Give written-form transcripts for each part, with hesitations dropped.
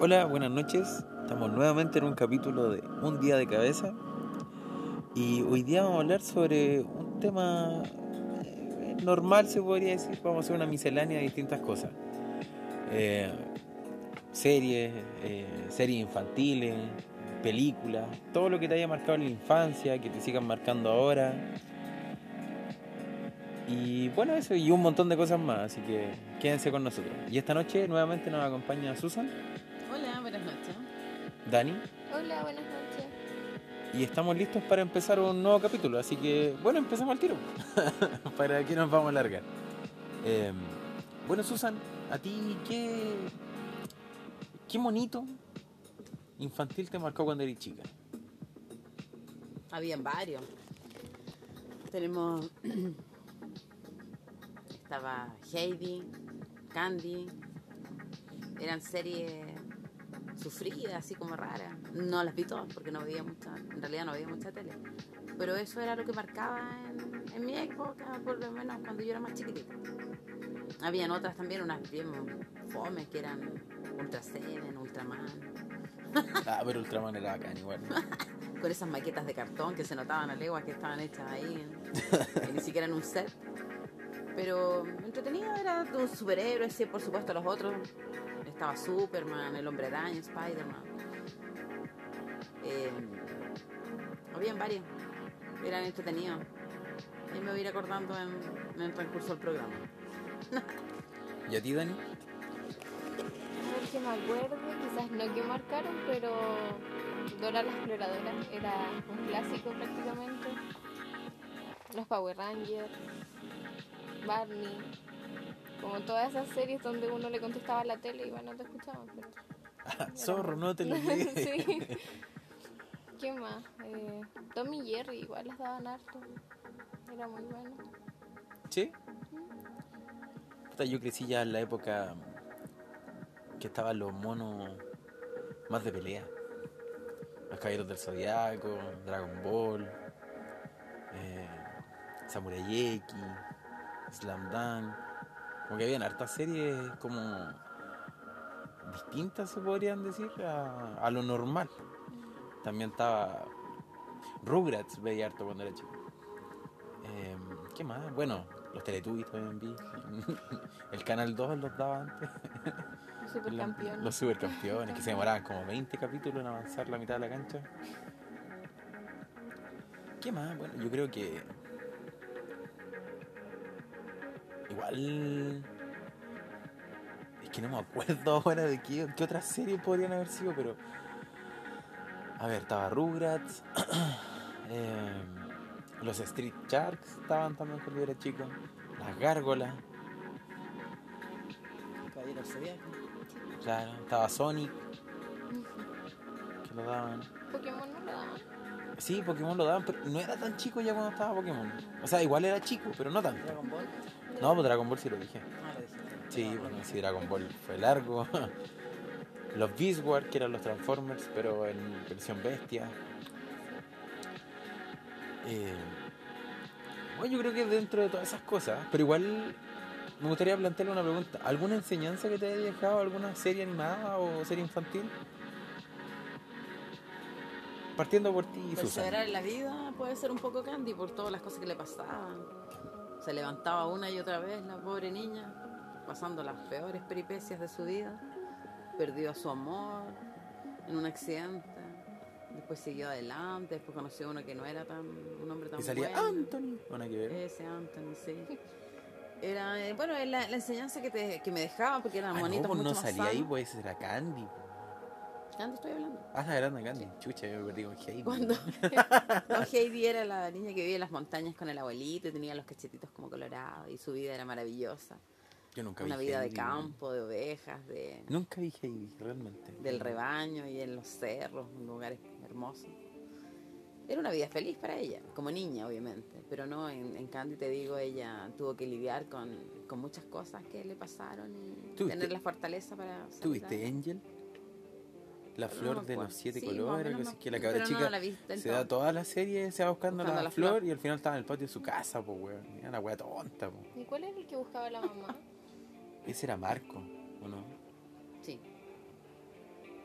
Hola, buenas noches. Estamos nuevamente en un capítulo de Un Día de Cabeza. Y hoy día vamos a hablar sobre un tema normal, se podría decir. Vamos a hacer una miscelánea de distintas cosas. Eh, series infantiles, películas, todo lo que te haya marcado en la infancia, que te sigan marcando ahora. Y bueno, eso y un montón de cosas más, así que quédense con nosotros. Y esta noche nuevamente nos acompaña Susan, Hola, buenas noches. Dani, Hola, buenas noches. y estamos listos para empezar un nuevo capítulo. Así que, bueno, empecemos al tiro. ¿Para qué nos vamos a alargar? Eh, bueno, Susan, ¿a ti qué monito infantil te marcó cuando eres chica? Habían varios. Tenemos. Estaba Heidi, Candy. Eran series sufridas, así como raras. No las vi todas porque no veía mucha. En realidad no veía mucha tele. Pero eso era lo que marcaba en mi época, por lo menos cuando yo era más chiquitita. Habían otras también, unas bien fomes que eran Ultra Seven, Ultraman. Ah, pero Ultraman era bacán igual. Con esas maquetas de cartón que se notaban a leguas que estaban hechas ahí, ni siquiera en un set. Pero entretenido, era de un superhéroe, sí, por supuesto los otros. Estaba Superman, el Hombre Araña, Spider-Man. Habían varios, eran entretenidos. Y me voy a ir acordando en el transcurso del programa. ¿Y a ti, Dani? A ver que me acuerdo, quizás no que marcaron, pero Dora la Exploradora era un clásico prácticamente. Los Power Rangers, Barney, como todas esas series donde uno le contestaba a la tele y bueno, no te escuchaban. Pero Zorro, no te lo olvides. Sí. ¿Qué más? Tom y Jerry igual las daban harto. Era muy bueno. ¿Sí? Puta, yo crecí ya en la época que estaban los monos más de pelea. Los Caballeros del Zodiaco, Dragon Ball, eh, Samurai X, Slam Dunk. Como que habían hartas series como distintas, se podrían decir, a lo normal. También estaba Rugrats, veía harto cuando era chico. ¿Qué más? Bueno, los Teletubbies también vi. El Canal 2 los daba antes. Los Supercampeones. Los Supercampeones, que se demoraban como 20 capítulos en avanzar la mitad de la cancha. ¿Qué más? Bueno, yo creo que igual es que no me acuerdo ahora de qué otras series podrían haber sido, pero a ver, estaba Rugrats, los Street Sharks estaban también cuando yo era chico, las Gárgolas, Caballero Zodiaco. claro, estaba Sonic, que lo daban. Pokémon no lo daban. Sí, Pokémon lo daban, pero no era tan chico ya cuando estaba Pokémon. O sea, igual era chico, pero no tanto. Dragon Ball. No, pues Dragon Ball sí lo dije. Ah, lo dijiste. Sí, bueno, sí, Dragon Ball fue largo. Los Beast Wars, que eran los Transformers, pero en versión bestia. Bueno, yo creo que dentro de todas esas cosas, pero igual me gustaría plantearle una pregunta. ¿Alguna enseñanza que te haya dejado alguna serie animada o serie infantil? Partiendo por ti, Susan. Perseverar en la vida puede ser un poco Candy por todas las cosas que le pasaban. Se levantaba una y otra vez la pobre niña, pasando las peores peripecias de su vida. Perdió a su amor en un accidente. Después siguió adelante, después conoció a uno que no era un hombre tan Y salía bueno. Anthony. Bueno, que ver. Ese Anthony, sí. Era, bueno, la enseñanza que me dejaban porque eran bonitos, pues mucho no más salía sanos. ahí, pues era Candy. Candy estoy hablando. Ah, la grande Candy. Chucha, yo me perdí con Heidi. Cuando no, Heidi era la niña que vivía en las montañas con el abuelito y tenía los cachetitos como colorados y su vida era maravillosa. Yo nunca Una vi vida de Heidi, campo, de ovejas, Nunca vi Heidi, realmente. del rebaño y en los cerros, en lugares hermosos. Era una vida feliz para ella, como niña obviamente, pero no, en Candy te digo, ella tuvo que lidiar con muchas cosas que le pasaron y tener la fortaleza para salir. ¿Tuviste Angel? La flor no me de los acuerdo. 7 Sí, colores, más o así menos que la pero cabra no chica la vi del se todo. da toda la serie, se va buscando Buscando la la flor flor. y al final estaba en el patio de su casa, pues weón. Era una wea tonta, pues. ¿Y cuál era el que buscaba la mamá? Ese era Marco, ¿o no? Sí.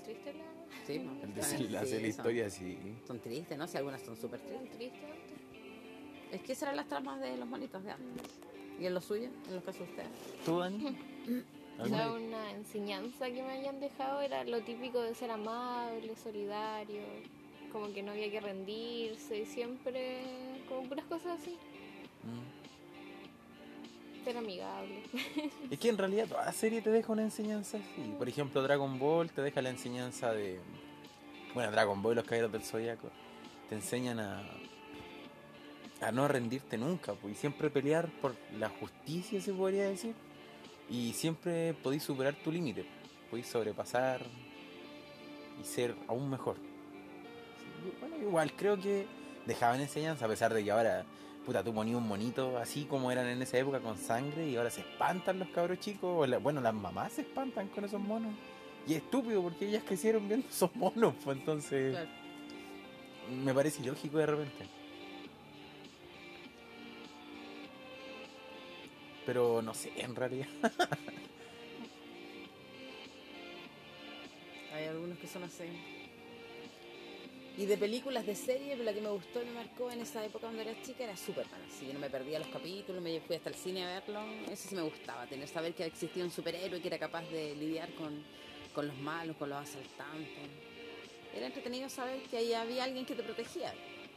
final triste Sí, ¿no? El Sí, desenlace de la historia, sí. Son tristes, ¿no? Si algunas son súper son tristes. tristes antes. Es que esas eran las tramas de los monitos de antes. ¿Y en lo suyo? ¿En los casos de ustedes? ¿Tú, Dani? O sea, una enseñanza que me hayan dejado era lo típico de ser amable, solidario, como que no había que rendirse y siempre como puras cosas así, ser amigable. Es que en realidad toda serie te deja una enseñanza así. Por ejemplo, Dragon Ball te deja la enseñanza de... Bueno, Dragon Ball y los Caballeros del Zodiaco te enseñan a no rendirte nunca, pues, y siempre pelear por la justicia, se podría decir. Y siempre podéis superar tu límite, podéis sobrepasar y ser aún mejor. Sí, bueno, igual creo que dejaban enseñanza, a pesar de que ahora, puta, tú ponías un monito así como eran en esa época con sangre y ahora se espantan los cabros chicos, bueno, las mamás se espantan con esos monos. Y es estúpido porque ellas crecieron viendo esos monos, pues entonces Claro. me parece ilógico de repente. Pero no sé, en realidad. Hay algunos que son así. Y de películas, de serie, la que me gustó y me marcó en esa época cuando era chica era Superman. Así que no me perdía los capítulos, me fui hasta el cine a verlo. Eso sí me gustaba, saber que existía un superhéroe que era capaz de lidiar con los malos, con los asaltantes. Era entretenido saber que ahí había alguien que te protegía.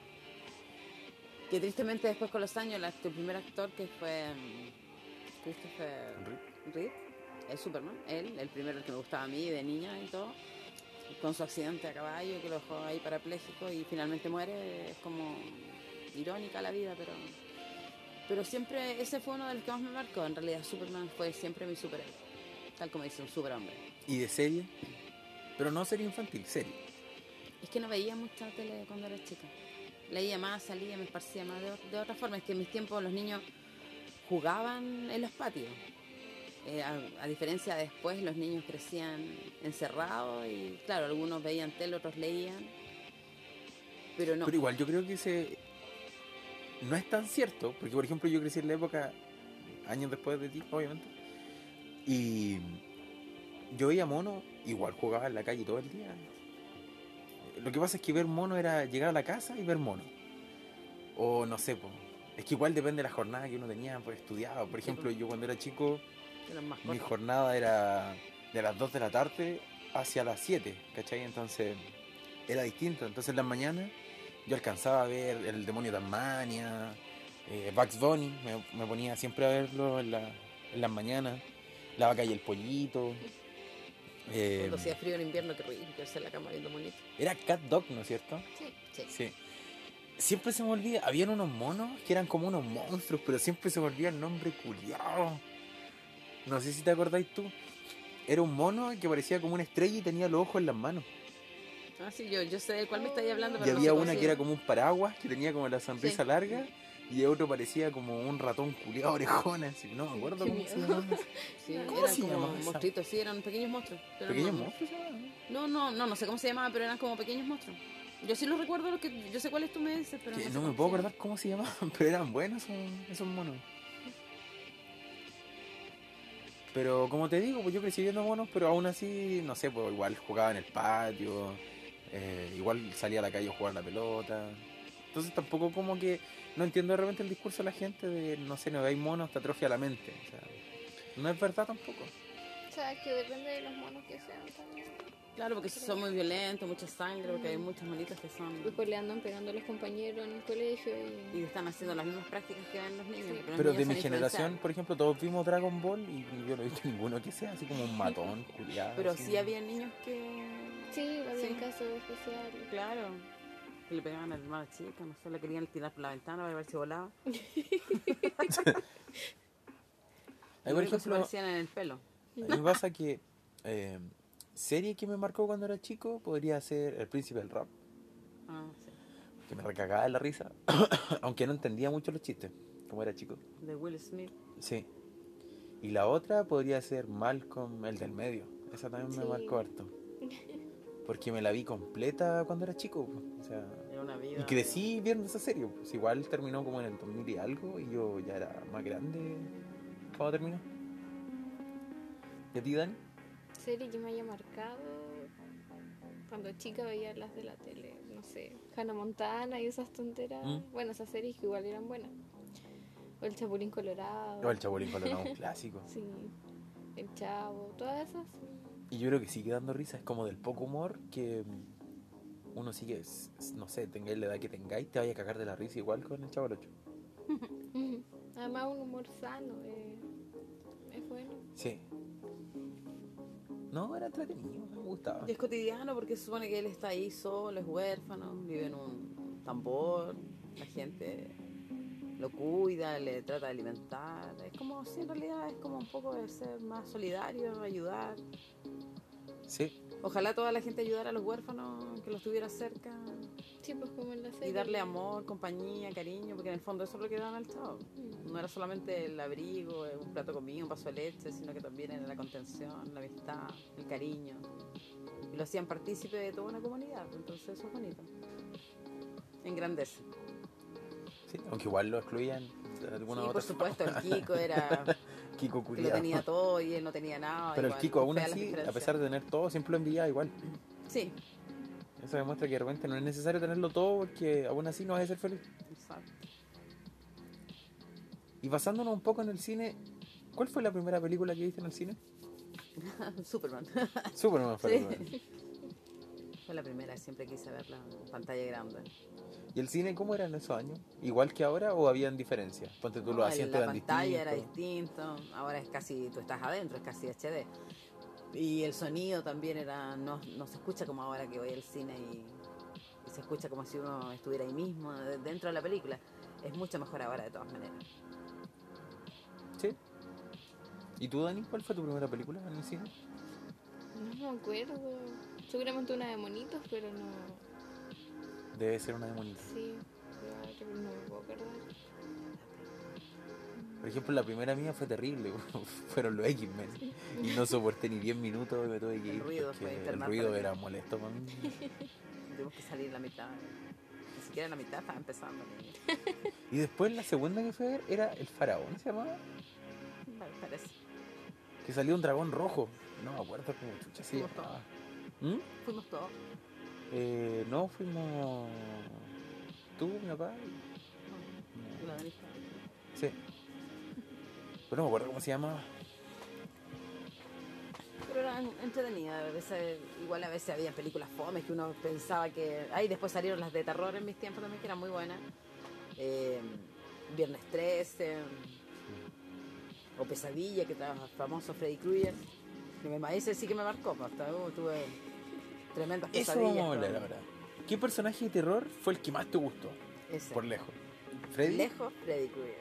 Que tristemente después con los años, el primer actor que fue Christopher Reeve, el Superman, él, el primero que me gustaba a mí de niña y todo, con su accidente a caballo que lo dejó ahí parapléjico y finalmente muere. Es como irónica la vida, pero siempre ese fue uno de los que más me marcó. En realidad Superman fue siempre mi superhéroe, tal como dice, un superhombre. ¿Y de serie? Pero no serie infantil, serie. Es que no veía mucha tele cuando era chica, leía más, salía, me esparcía más de otra forma. Es que en mis tiempos los niños jugaban en los patios. A diferencia de después, los niños crecían encerrados y claro, algunos veían tele, otros leían, pero no. Pero igual yo creo que no es tan cierto, porque por ejemplo yo crecí en la época, años después de ti, obviamente, y yo veía mono, igual jugaba en la calle todo el día. Lo que pasa es que ver mono era llegar a la casa y ver mono. O no sé, es que igual depende de la jornada que uno tenía, pues estudiaba. Por ejemplo, yo cuando era chico, Eran más mi cortos. jornada era de las 2 de la tarde hacia las 7, ¿cachai? Entonces era distinto. Entonces en las mañanas yo alcanzaba a ver El Demonio de Tasmania, Bugs Bunny, me ponía siempre a verlo en las mañanas, La Vaca y el Pollito. Cuando hacía frío en invierno, qué rico quedarse en la cama viendo monitos. Era Cat Dog, ¿no es cierto? Sí. Sí. Sí. Siempre se me olvida, habían unos monos que eran como unos monstruos, pero siempre se me olvida el nombre culiao. No sé si te acordáis tú. Era un mono que parecía como una estrella y tenía los ojos en las manos. Ah, sí, yo sé de cuál me estáis hablando, Y pero no había sé una cómo que se era llama. como un paraguas, que tenía como la sonrisa Sí. larga, y otro parecía como un ratón culiao orejón, así. No me acuerdo Qué cómo se miedo. llamaba. Sí, ¿Cómo eran se como llamaba esa? monstruitos, sí, eran pequeños monstruos. Pero ¿Pequeños no, monstruos se llamaban? no sé cómo se llamaba, pero eran como pequeños monstruos. Yo sí los recuerdo, yo sé cuáles tú me dices, pero Que no sé no me cómo puedo se llaman. acordar cómo se llamaban, pero eran buenos esos monos. Pero como te digo, pues yo crecí viendo monos, pero aún así, no sé, pues igual jugaba en el patio, igual salía a la calle a jugar a la pelota. Entonces tampoco como que no entiendo de repente el discurso de la gente de, no sé, no veis monos, te atrofia la mente. O sea, no es verdad tampoco. O sea, es que depende de los monos que sean también. Claro, porque son muy violentos, mucha sangre, porque hay muchos monitos que son... Después le andan pegando a los compañeros en el colegio Y y... están haciendo las mismas prácticas que ven los niños. Sí. porque los Pero niños de se mi han generación, influenciado. por ejemplo, todos vimos Dragon Ball y yo no he visto ninguno que sea así como un matón, culiado. Pero así. sí había niños que... Sí, había Sí. casos especiales. Claro. Que le pegaban al hermano chica, no sé, le querían tirar por la ventana para ver si volaba. Ahí, Lo por único que se ejemplo, parecían en el pelo. a mí me pasa que serie que me marcó cuando era chico podría ser El Príncipe del Rap, Ah, sí. que me recagaba de la risa, aunque no entendía mucho los chistes, como era chico. De Will Smith. Sí. Y la otra podría ser Malcolm, el del medio. Esa también me Sí. marcó harto. Porque me la vi completa cuando era chico. O sea, Era una vida. y crecí viendo esa serie. Pues igual terminó como en el 2000 y algo y yo ya era más grande cuando terminó. ¿Y a ti, Dani? Serie que me haya marcado. Cuando chica veía las de la tele, no sé, Hannah Montana y esas tonteras. Bueno, esas series que igual eran buenas. O el Chapulín Colorado. O el Chapulín Colorado, un clásico. Sí, el Chavo, todas esas. Y yo creo que sigue dando risa, es como del poco humor que uno sigue, no sé, tengáis la edad que tengáis, te vaya a cagar de la risa igual con el Chavo del Ocho. Además un humor sano, es bueno. Sí. No, era entretenido, me gustaba. Y es cotidiano porque se supone que él está ahí solo, es huérfano, vive en un tambor, la gente lo cuida, le trata de alimentar. Es como, sí, en realidad es como un poco de ser más solidario, ayudar. Sí, Ojalá toda la gente ayudara a los huérfanos, que los tuviera cerca Sí, pues como en la serie. y darle amor, compañía, cariño, porque en el fondo eso es lo que daban al Chavo. No era solamente el abrigo, un plato de comida, un vaso de leche, sino que también era la contención, la amistad, el cariño. Y lo hacían partícipe de toda una comunidad, entonces eso es bonito. Engrandece. sí, aunque igual lo excluían de alguna Sí, otra por supuesto, el forma. Kiko era Kiko que lo culiao. tenía todo y él no tenía nada. Pero el igual, Kiko aún feas las así, a diferencias. pesar de tener todo, siempre lo envidiaba igual. Sí, Eso demuestra que de repente no es necesario tenerlo todo porque aún así no vas a ser feliz. exacto. Y basándonos un poco en el cine, ¿cuál fue la primera película que viste en el cine? Superman. Superman fue la Sí. primera. Fue la primera, siempre quise verla en pantalla grande. ¿Y el cine cómo era en esos años? ¿Igual que ahora o habían diferencias? Ponte tú, No, los asientos la eran pantalla era distintos. distinto, ahora es casi, tú estás adentro, es casi HD. Y el sonido también era, no se escucha como ahora que voy al cine y se escucha como si uno estuviera ahí mismo, dentro de la película. Es mucho mejor ahora de todas maneras. ¿Sí? ¿Y tú, Dani, cuál fue tu primera película en el cine? No me acuerdo. Seguramente una de monitos, pero no. Debe ser una demonita. Sí, pero no me puedo acordar. Por ejemplo, la primera mía fue terrible. Fueron los X-Men. Y no soporté ni 10 minutos y me tuve que El ir ruido fue porque el infernal ruido para ti. era molesto para mí. Tuvimos que salir la mitad, ni siquiera la mitad estaba empezando. Y después la segunda que fui a ver era El Faraón, se llamaba. Me parece. Que salió un dragón rojo. No me acuerdo cómo chucha se Fuimos llamaba. ¿Mm? Fuimos todos. No, fuimos tú, mi papá. Y la Dani. Sí. Pero no me acuerdo cómo se llamaba. Pero era entretenida, a veces, igual a veces había películas fomes que uno pensaba que... Ay, después salieron las de terror en mis tiempos también, que eran muy buenas. Viernes 13, o Pesadilla, que estaba famoso Freddy Krueger. Ese sí que me marcó, pues, hasta tuve tremendas Eso pesadillas. vamos a hablar ahora. ¿Qué personaje de terror fue el que más te gustó? Ese. Por lejos. ¿Freddy? Lejos, Freddy Krueger.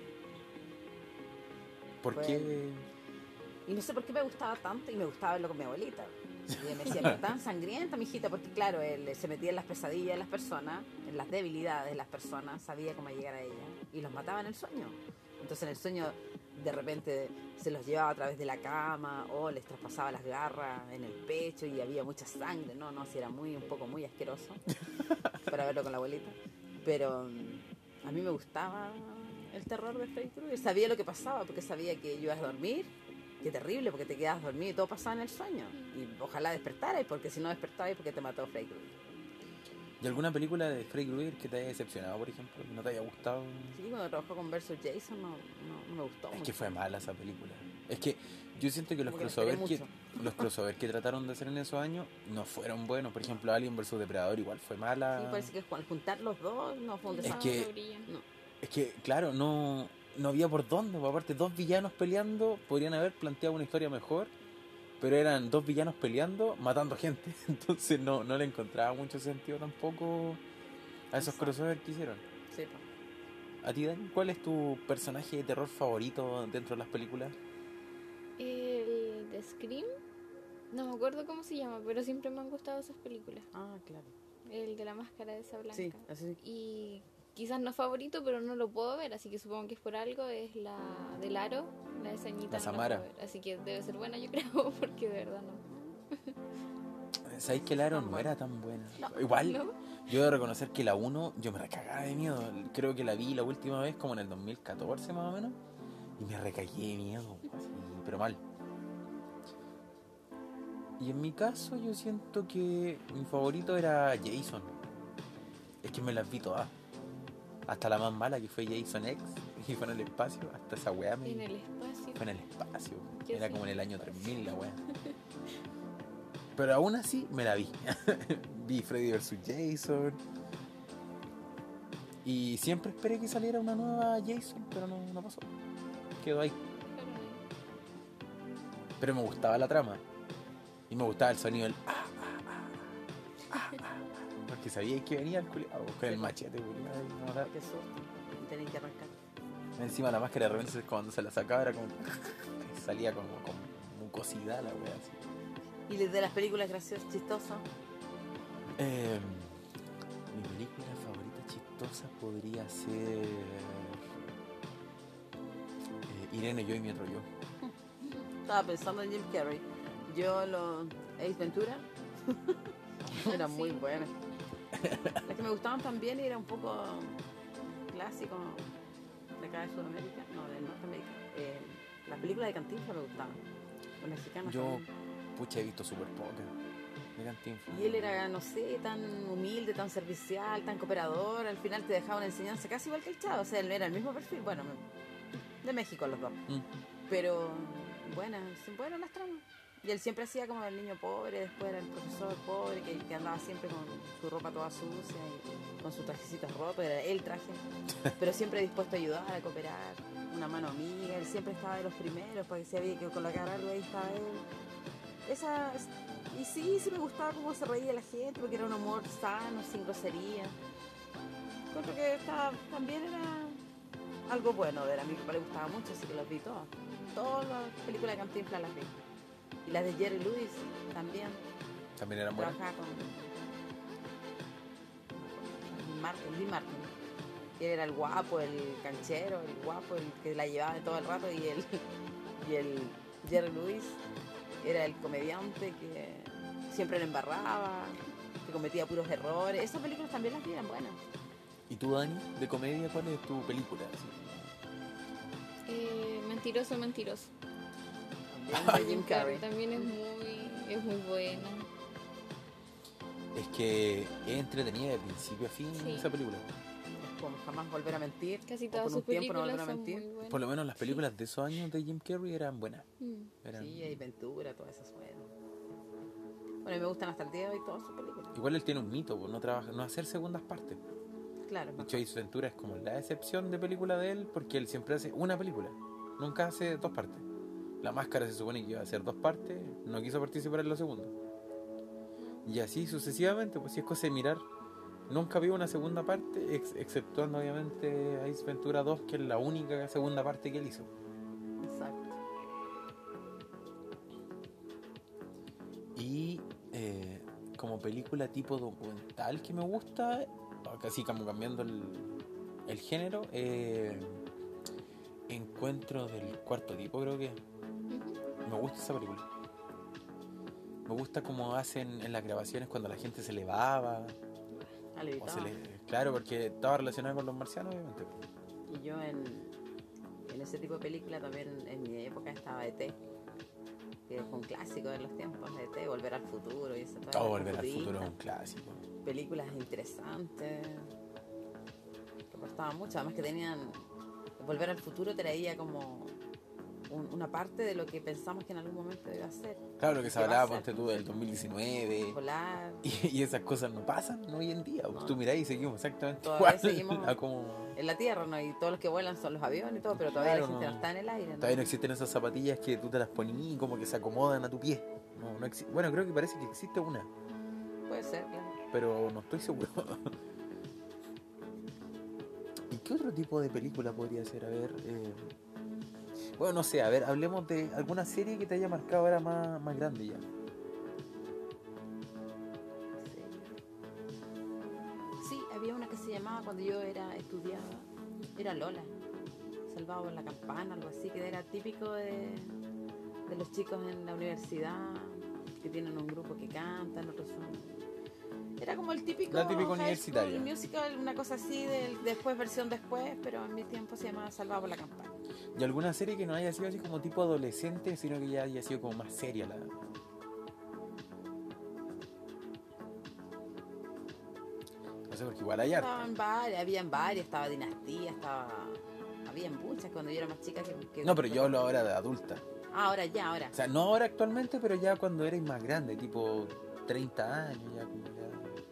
¿Por Fue- qué? Y no sé por qué me gustaba tanto y me gustaba verlo con mi abuelita. Y ella me decía, pero tan sangrienta, mijita, porque claro, él se metía en las pesadillas de las personas, en las debilidades de las personas, sabía cómo llegar a ellas y los mataba en el sueño. Entonces en el sueño de repente se los llevaba a través de la cama o les traspasaba las garras en el pecho y había mucha sangre. No, si era un poco muy asqueroso para verlo con la abuelita. Pero a mí me gustaba el terror de Freddy Krueger. Sabía lo que pasaba porque sabía que ibas a dormir. Qué terrible, porque te quedas dormido y todo pasaba en el sueño. Y ojalá despertaras, porque si no despertabas, porque te mató Freddy Krueger. ¿Y alguna película de Freddy Krueger que te haya decepcionado, por ejemplo? ¿Que no te haya gustado? Sí, cuando trabajó con Versus Jason no me gustó Es mucho. que fue mala esa película. Es que yo siento que los Como que la crossover esperé los crossover que trataron de hacer en esos años no fueron buenos. Por ejemplo, Alien vs Depredador igual fue mala. Sí, parece que al juntar los dos no fue un Es desastre. que- No brillan. No. Es que, claro, no había por dónde. Aparte, dos villanos peleando podrían haber planteado una historia mejor. Pero eran dos villanos peleando, matando gente. Entonces no le encontraba mucho sentido tampoco a esos Exacto. crossover que hicieron. Sí, pues. ¿A ti, Dani, cuál es tu personaje de terror favorito dentro de las películas? El de Scream, no me acuerdo cómo se llama, pero siempre me han gustado esas películas. Ah, claro. El de la máscara esa blanca. Sí, así. Y quizás no es favorito, pero no lo puedo ver, así que supongo que es por algo. Es la del Aro, la de Sañita. La no Samara. puedo ver, así que debe ser buena, yo creo, porque de verdad no. ¿Sabéis que el Aro no era tan buena? No. Igual, ¿No? yo debo reconocer que la 1 yo me recagaba de miedo. Creo que la vi la última vez como en el 2014 más o menos. Y me recagué de miedo, así, pero mal. Y en mi caso yo siento que mi favorito era Jason. Es que me las vi todas. Hasta la más mala que fue Jason X, y fue en el espacio. Hasta esa weá me... En el espacio. Fue en el espacio. ¿Qué Era es como en el el año espacio? 3000 la weá. Pero aún así me la vi. Vi Freddy vs. Jason. Y siempre esperé que saliera una nueva Jason, pero no pasó. Quedó ahí. Pero me gustaba la trama. Y me gustaba el sonido del... Porque sabía que venía el culiado con el machete, culiado. Y no, Qué susto. Tenéis que arrancar. encima la máscara de repente cuando se la sacaba era como... salía como mucosidad la wea así. ¿Y de las películas graciosas, chistosas? Mi película favorita chistosa podría ser... Irene, yo y mi otro yo. Estaba pensando en Jim Carrey. Yo los Ace Ventura eran muy Sí. buenas. Las que me gustaban también y era un poco clásico de acá de Sudamérica, no, de Norteamérica. Las películas de Cantinflas me gustaban. Los mexicanos Yo, también. pucha, he visto súper poca de Cantinflas. Y él era, no sé, tan humilde, tan servicial, tan cooperador. Al final te dejaba una enseñanza casi igual que el Chavo. O sea, él era el mismo perfil. Bueno, de México los dos. Pero buenas las tramas. Y él siempre hacía como el niño pobre, después era el profesor pobre que andaba siempre con su ropa toda sucia y con sus trajecitos rotos, era el traje, pero siempre dispuesto a ayudar, a cooperar, una mano amiga, él siempre estaba de los primeros, para que si había que colocar algo ahí estaba él. Y sí me gustaba cómo se reía la gente, porque era un humor sano, sin grosería. Encuentro que también era algo bueno de él, a mi papá le gustaba mucho, así que los vi todas. Todas las películas de Cantinflas las vi. Y las de Jerry Lewis también. También eran buenas. Trabajaba con Lee Martin. Él era el guapo, el canchero, el guapo, el que la llevaba de todo el rato. Y el Jerry Lewis era el comediante que siempre le embarraba, que cometía puros errores. Esas películas también las vi, eran buenas. ¿Y tú, Dani, de comedia, cuál es tu película? Mentiroso, mentiroso. También de Jim Carrey. También es muy buena. Es que es entretenida de principio a fin Sí. esa película. Como Jamás volver a mentir. Casi o todas Por sus un tiempo no películas volver a son mentir. muy buenas. Por lo menos las películas de esos años de Jim Carrey eran buenas. Eran... Sí, hay Ventura, todas esas buenas. Bueno, a mí me gustan hasta el día de hoy todas sus películas. Igual él tiene un mito, pues, no hacer segundas partes. Claro, De hecho, Ace Ventura es como la excepción de película de él, porque él siempre hace una película, nunca hace dos partes. La Máscara se supone que iba a hacer dos partes, no quiso participar en la segunda. Y así sucesivamente, pues si es cosa de mirar, nunca vio una segunda parte, exceptuando obviamente Ace Ventura 2, que es la única segunda parte que él hizo. exacto. Y como película tipo documental que me gusta, casi como cambiando el género, Encuentro del Cuarto Tipo, creo que me gusta esa película. Me gusta cómo hacen en las grabaciones cuando la gente se elevaba Ah, o Levitaba. claro, porque estaba relacionado con los marcianos, obviamente. Y yo en ese tipo de película también en mi época estaba E.T., que fue un clásico de los tiempos de E.T., Volver al Futuro y eso. Volver al Futuro es un clásico. Películas interesantes que aportaban mucho, además que tenían Volver al Futuro traía como una parte de lo que pensamos que en algún momento iba a ser. Claro, lo que se ¿Qué va a hablaba, ser? ponte tú, del 2019. Volar. Y esas cosas no pasan hoy en día. No. Tú mirás y seguimos exactamente Todavía igual seguimos a como... en la Tierra, ¿no? Y todos los que vuelan son los aviones y todo, pero todavía Claro, la gente no. no está en el aire, ¿no? Todavía no existen esas zapatillas que tú te las pones y como que se acomodan a tu pie. Bueno, creo que parece que existe una, Puede ser, claro. pero no estoy seguro. ¿Y qué otro tipo de película podría ser? A ver, bueno, no sé, a ver, hablemos de alguna serie que te haya marcado ahora más grande ya. Sí, había una que se llamaba cuando yo estudiaba, era Lola, Salvado por la Campana, algo así, que era típico de los chicos en la universidad, que tienen un grupo que cantan, otros son... Era como el típico La típica high universitaria. school musical, una cosa así, después versión después, pero en mi tiempo se llamaba Salvado por la Campana. ¿Y alguna serie que no haya sido así como tipo adolescente, sino que ya haya sido como más seria la... No sé, porque igual hay harta. Habían varias, estaba Dinastía, habían muchas cuando yo era más chica que No, pero yo hablo ahora de adulta. Ahora, ya, ahora. O sea, no ahora actualmente, pero ya cuando eres más grande, tipo 30 años, ya como ya...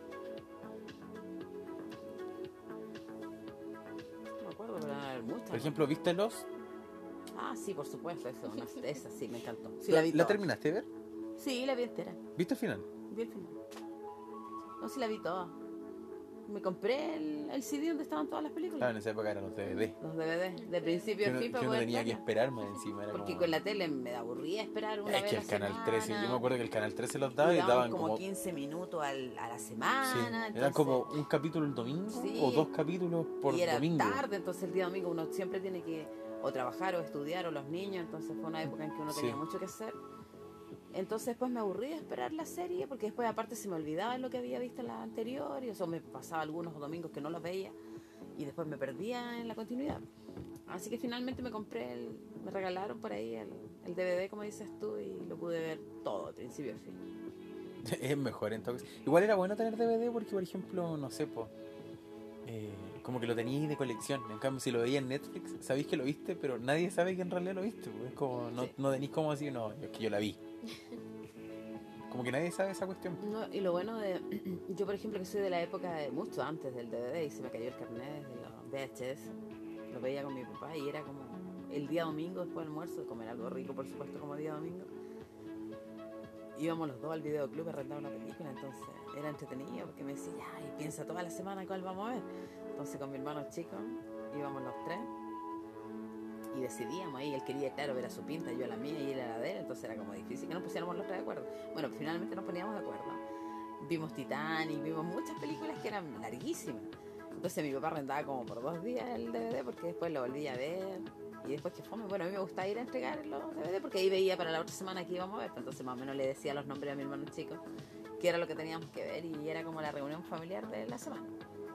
No me acuerdo, pero eran muchas. Por ejemplo, ¿viste Los? Ah, sí, por supuesto, esa sí me encantó. Sí, la vi ¿La toda. terminaste de ver? Sí, la vi entera. ¿Viste el final? Vi el final. No, sí la vi toda. Me compré el CD donde estaban todas las películas. Claro, en esa época eran los DVD. Los DVD, de principio Que a uno, fin que para uno poder tenía que verla. esperarme encima. Era Porque como... con la tele me aburría esperar una Es vez que a el la Canal 13, yo me semana. acuerdo que el Canal 13 los daba y Daban daban como como... 15 minutos a la Sí, semana. eran entonces- como un capítulo el domingo Sí. o 2 capítulos por y era domingo. tarde, entonces el día domingo uno siempre tiene que o trabajar o estudiar o los niños, entonces fue una época en que uno tenía Sí. mucho que hacer. Entonces después me aburrí de esperar la serie porque después aparte se me olvidaba lo que había visto en la anterior y eso me pasaba algunos domingos que no los veía y después me perdía en la continuidad. Así que finalmente me me regalaron por ahí el DVD como dices tú y lo pude ver todo de principio a fin. Es mejor entonces. Igual era bueno tener DVD porque, por ejemplo, no sé, pues, como que lo teníais de colección. En cambio, si lo veía en Netflix, sabéis que lo viste, pero nadie sabe que en realidad lo viste. Pues. Es como, no, Sí. no tenéis como decir, no, es que yo la vi. Como que nadie sabe esa cuestión. No, y lo bueno de... Yo, por ejemplo, que soy de la época de mucho antes del DVD y se me cayó el carnet de los VHS. Lo veía con mi papá y era como el día domingo después del almuerzo, comer algo rico, por supuesto, como día domingo. Íbamos los dos al videoclub a rentar una película, entonces era entretenido porque me decía, ya, y piensa toda la semana cuál vamos a ver. Entonces con mi hermano chico íbamos los tres y decidíamos ahí, él quería, claro, ver a su pinta, yo a la mía y él a la de él, entonces era como difícil que nos pusiéramos los tres de acuerdo. Bueno, finalmente nos poníamos de acuerdo. Vimos Titanic, vimos muchas películas que eran larguísimas. Entonces mi papá rentaba como por 2 días el DVD porque después lo volvía a ver. Y después que fome, bueno, a mí me gustaba ir a entregar los DVD porque ahí veía para la otra semana que íbamos a ver. Entonces más o menos le decía los nombres a mi hermano chico, que era lo que teníamos que ver y era como la reunión familiar de la semana.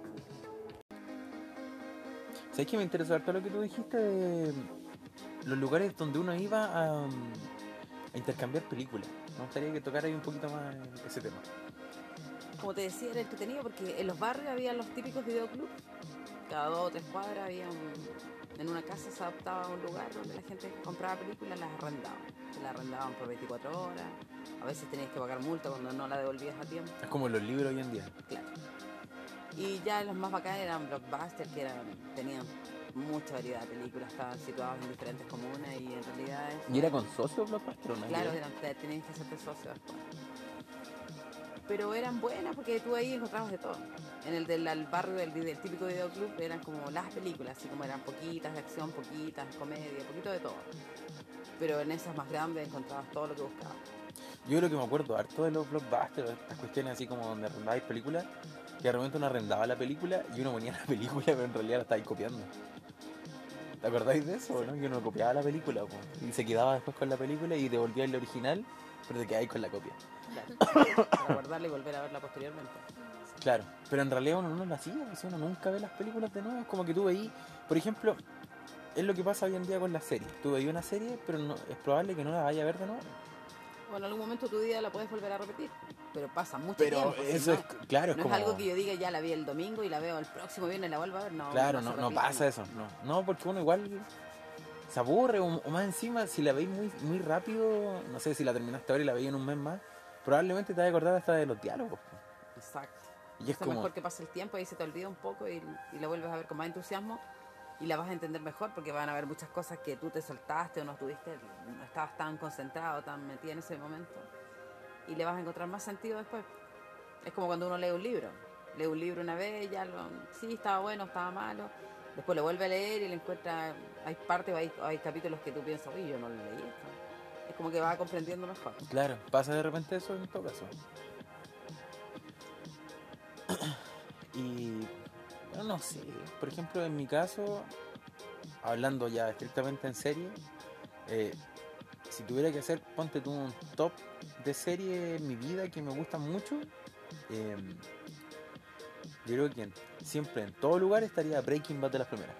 ¿Sabes que me interesó harto lo que tú dijiste de los lugares donde uno iba a intercambiar películas? Me gustaría que tocara ahí un poquito más ese tema. Como te decía, era entretenido porque en los barrios había los típicos videoclubs. Cada 2 o 3 cuadras había en una casa se adaptaba un lugar donde la gente compraba películas, las arrendaban. Se las arrendaban por 24 horas. A veces tenías que pagar multa cuando no la devolvías a tiempo. Es como los libros hoy en día. Claro. Y ya los más bacanes eran blockbusters, que tenían mucha variedad de películas, estaban situados en diferentes comunas y en realidad... ¿Y era con socios Blockbuster o no? Claro, tenías que hacerte socio después. Pero eran buenas porque tú ahí encontrabas de todo. En el del barrio del típico videoclub eran como las películas, así como eran poquitas de acción, poquitas de comedia, poquito de todo. Pero en esas más grandes encontrabas todo lo que buscabas. Yo creo que me acuerdo harto de los blockbusters, estas cuestiones así como donde arrendabais películas, que de repente uno arrendaba la película y uno ponía la película, pero en realidad la estabais copiando. ¿Te acordáis de eso, no? Que uno copiaba la película, po, y se quedaba después con la película y devolvía el original, pero te quedáis con la copia. Claro, para guardarla y volver a verla posteriormente. Claro, pero en realidad uno no lo hacía, o sea, uno nunca ve las películas de nuevo, es como que tú veís, por ejemplo, es lo que pasa hoy en día con las series. Tú veís una serie, pero no, es probable que no la vaya a ver de nuevo. Bueno, en algún momento de tu día la puedes volver a repetir, pero pasa mucho Pero tiempo. si eso no, es, claro, es no como... es algo que yo diga ya la vi el domingo y la veo el próximo viernes la vuelvo a ver. No, Claro, se no repite, pasa eso, no, porque uno igual se aburre o más encima, si la veis muy rápido, no sé, si la terminaste ahora y la veis en un mes más, probablemente te vas a acordar hasta de los diálogos. Po. Exacto. Y es Es como, mejor que pase el tiempo y se te olvida un poco y la vuelves a ver con más entusiasmo y la vas a entender mejor porque van a haber muchas cosas que tú te saltaste o no estabas tan concentrado, tan metido en ese momento y le vas a encontrar más sentido después. Es como cuando uno lee un libro una vez, sí, estaba bueno, estaba malo, después lo vuelve a leer y le encuentra, hay partes o hay capítulos que tú piensas, uy, yo no lo leí esto. Es como que va comprendiendo mejor. claro, pasa de repente eso en todo caso. Y, bueno, no sé, por ejemplo, en mi caso, hablando ya estrictamente en serie, si tuviera que hacer, ponte tú un top de serie en mi vida que me gustan mucho, yo creo que siempre en todo lugar estaría Breaking Bad de las primeras.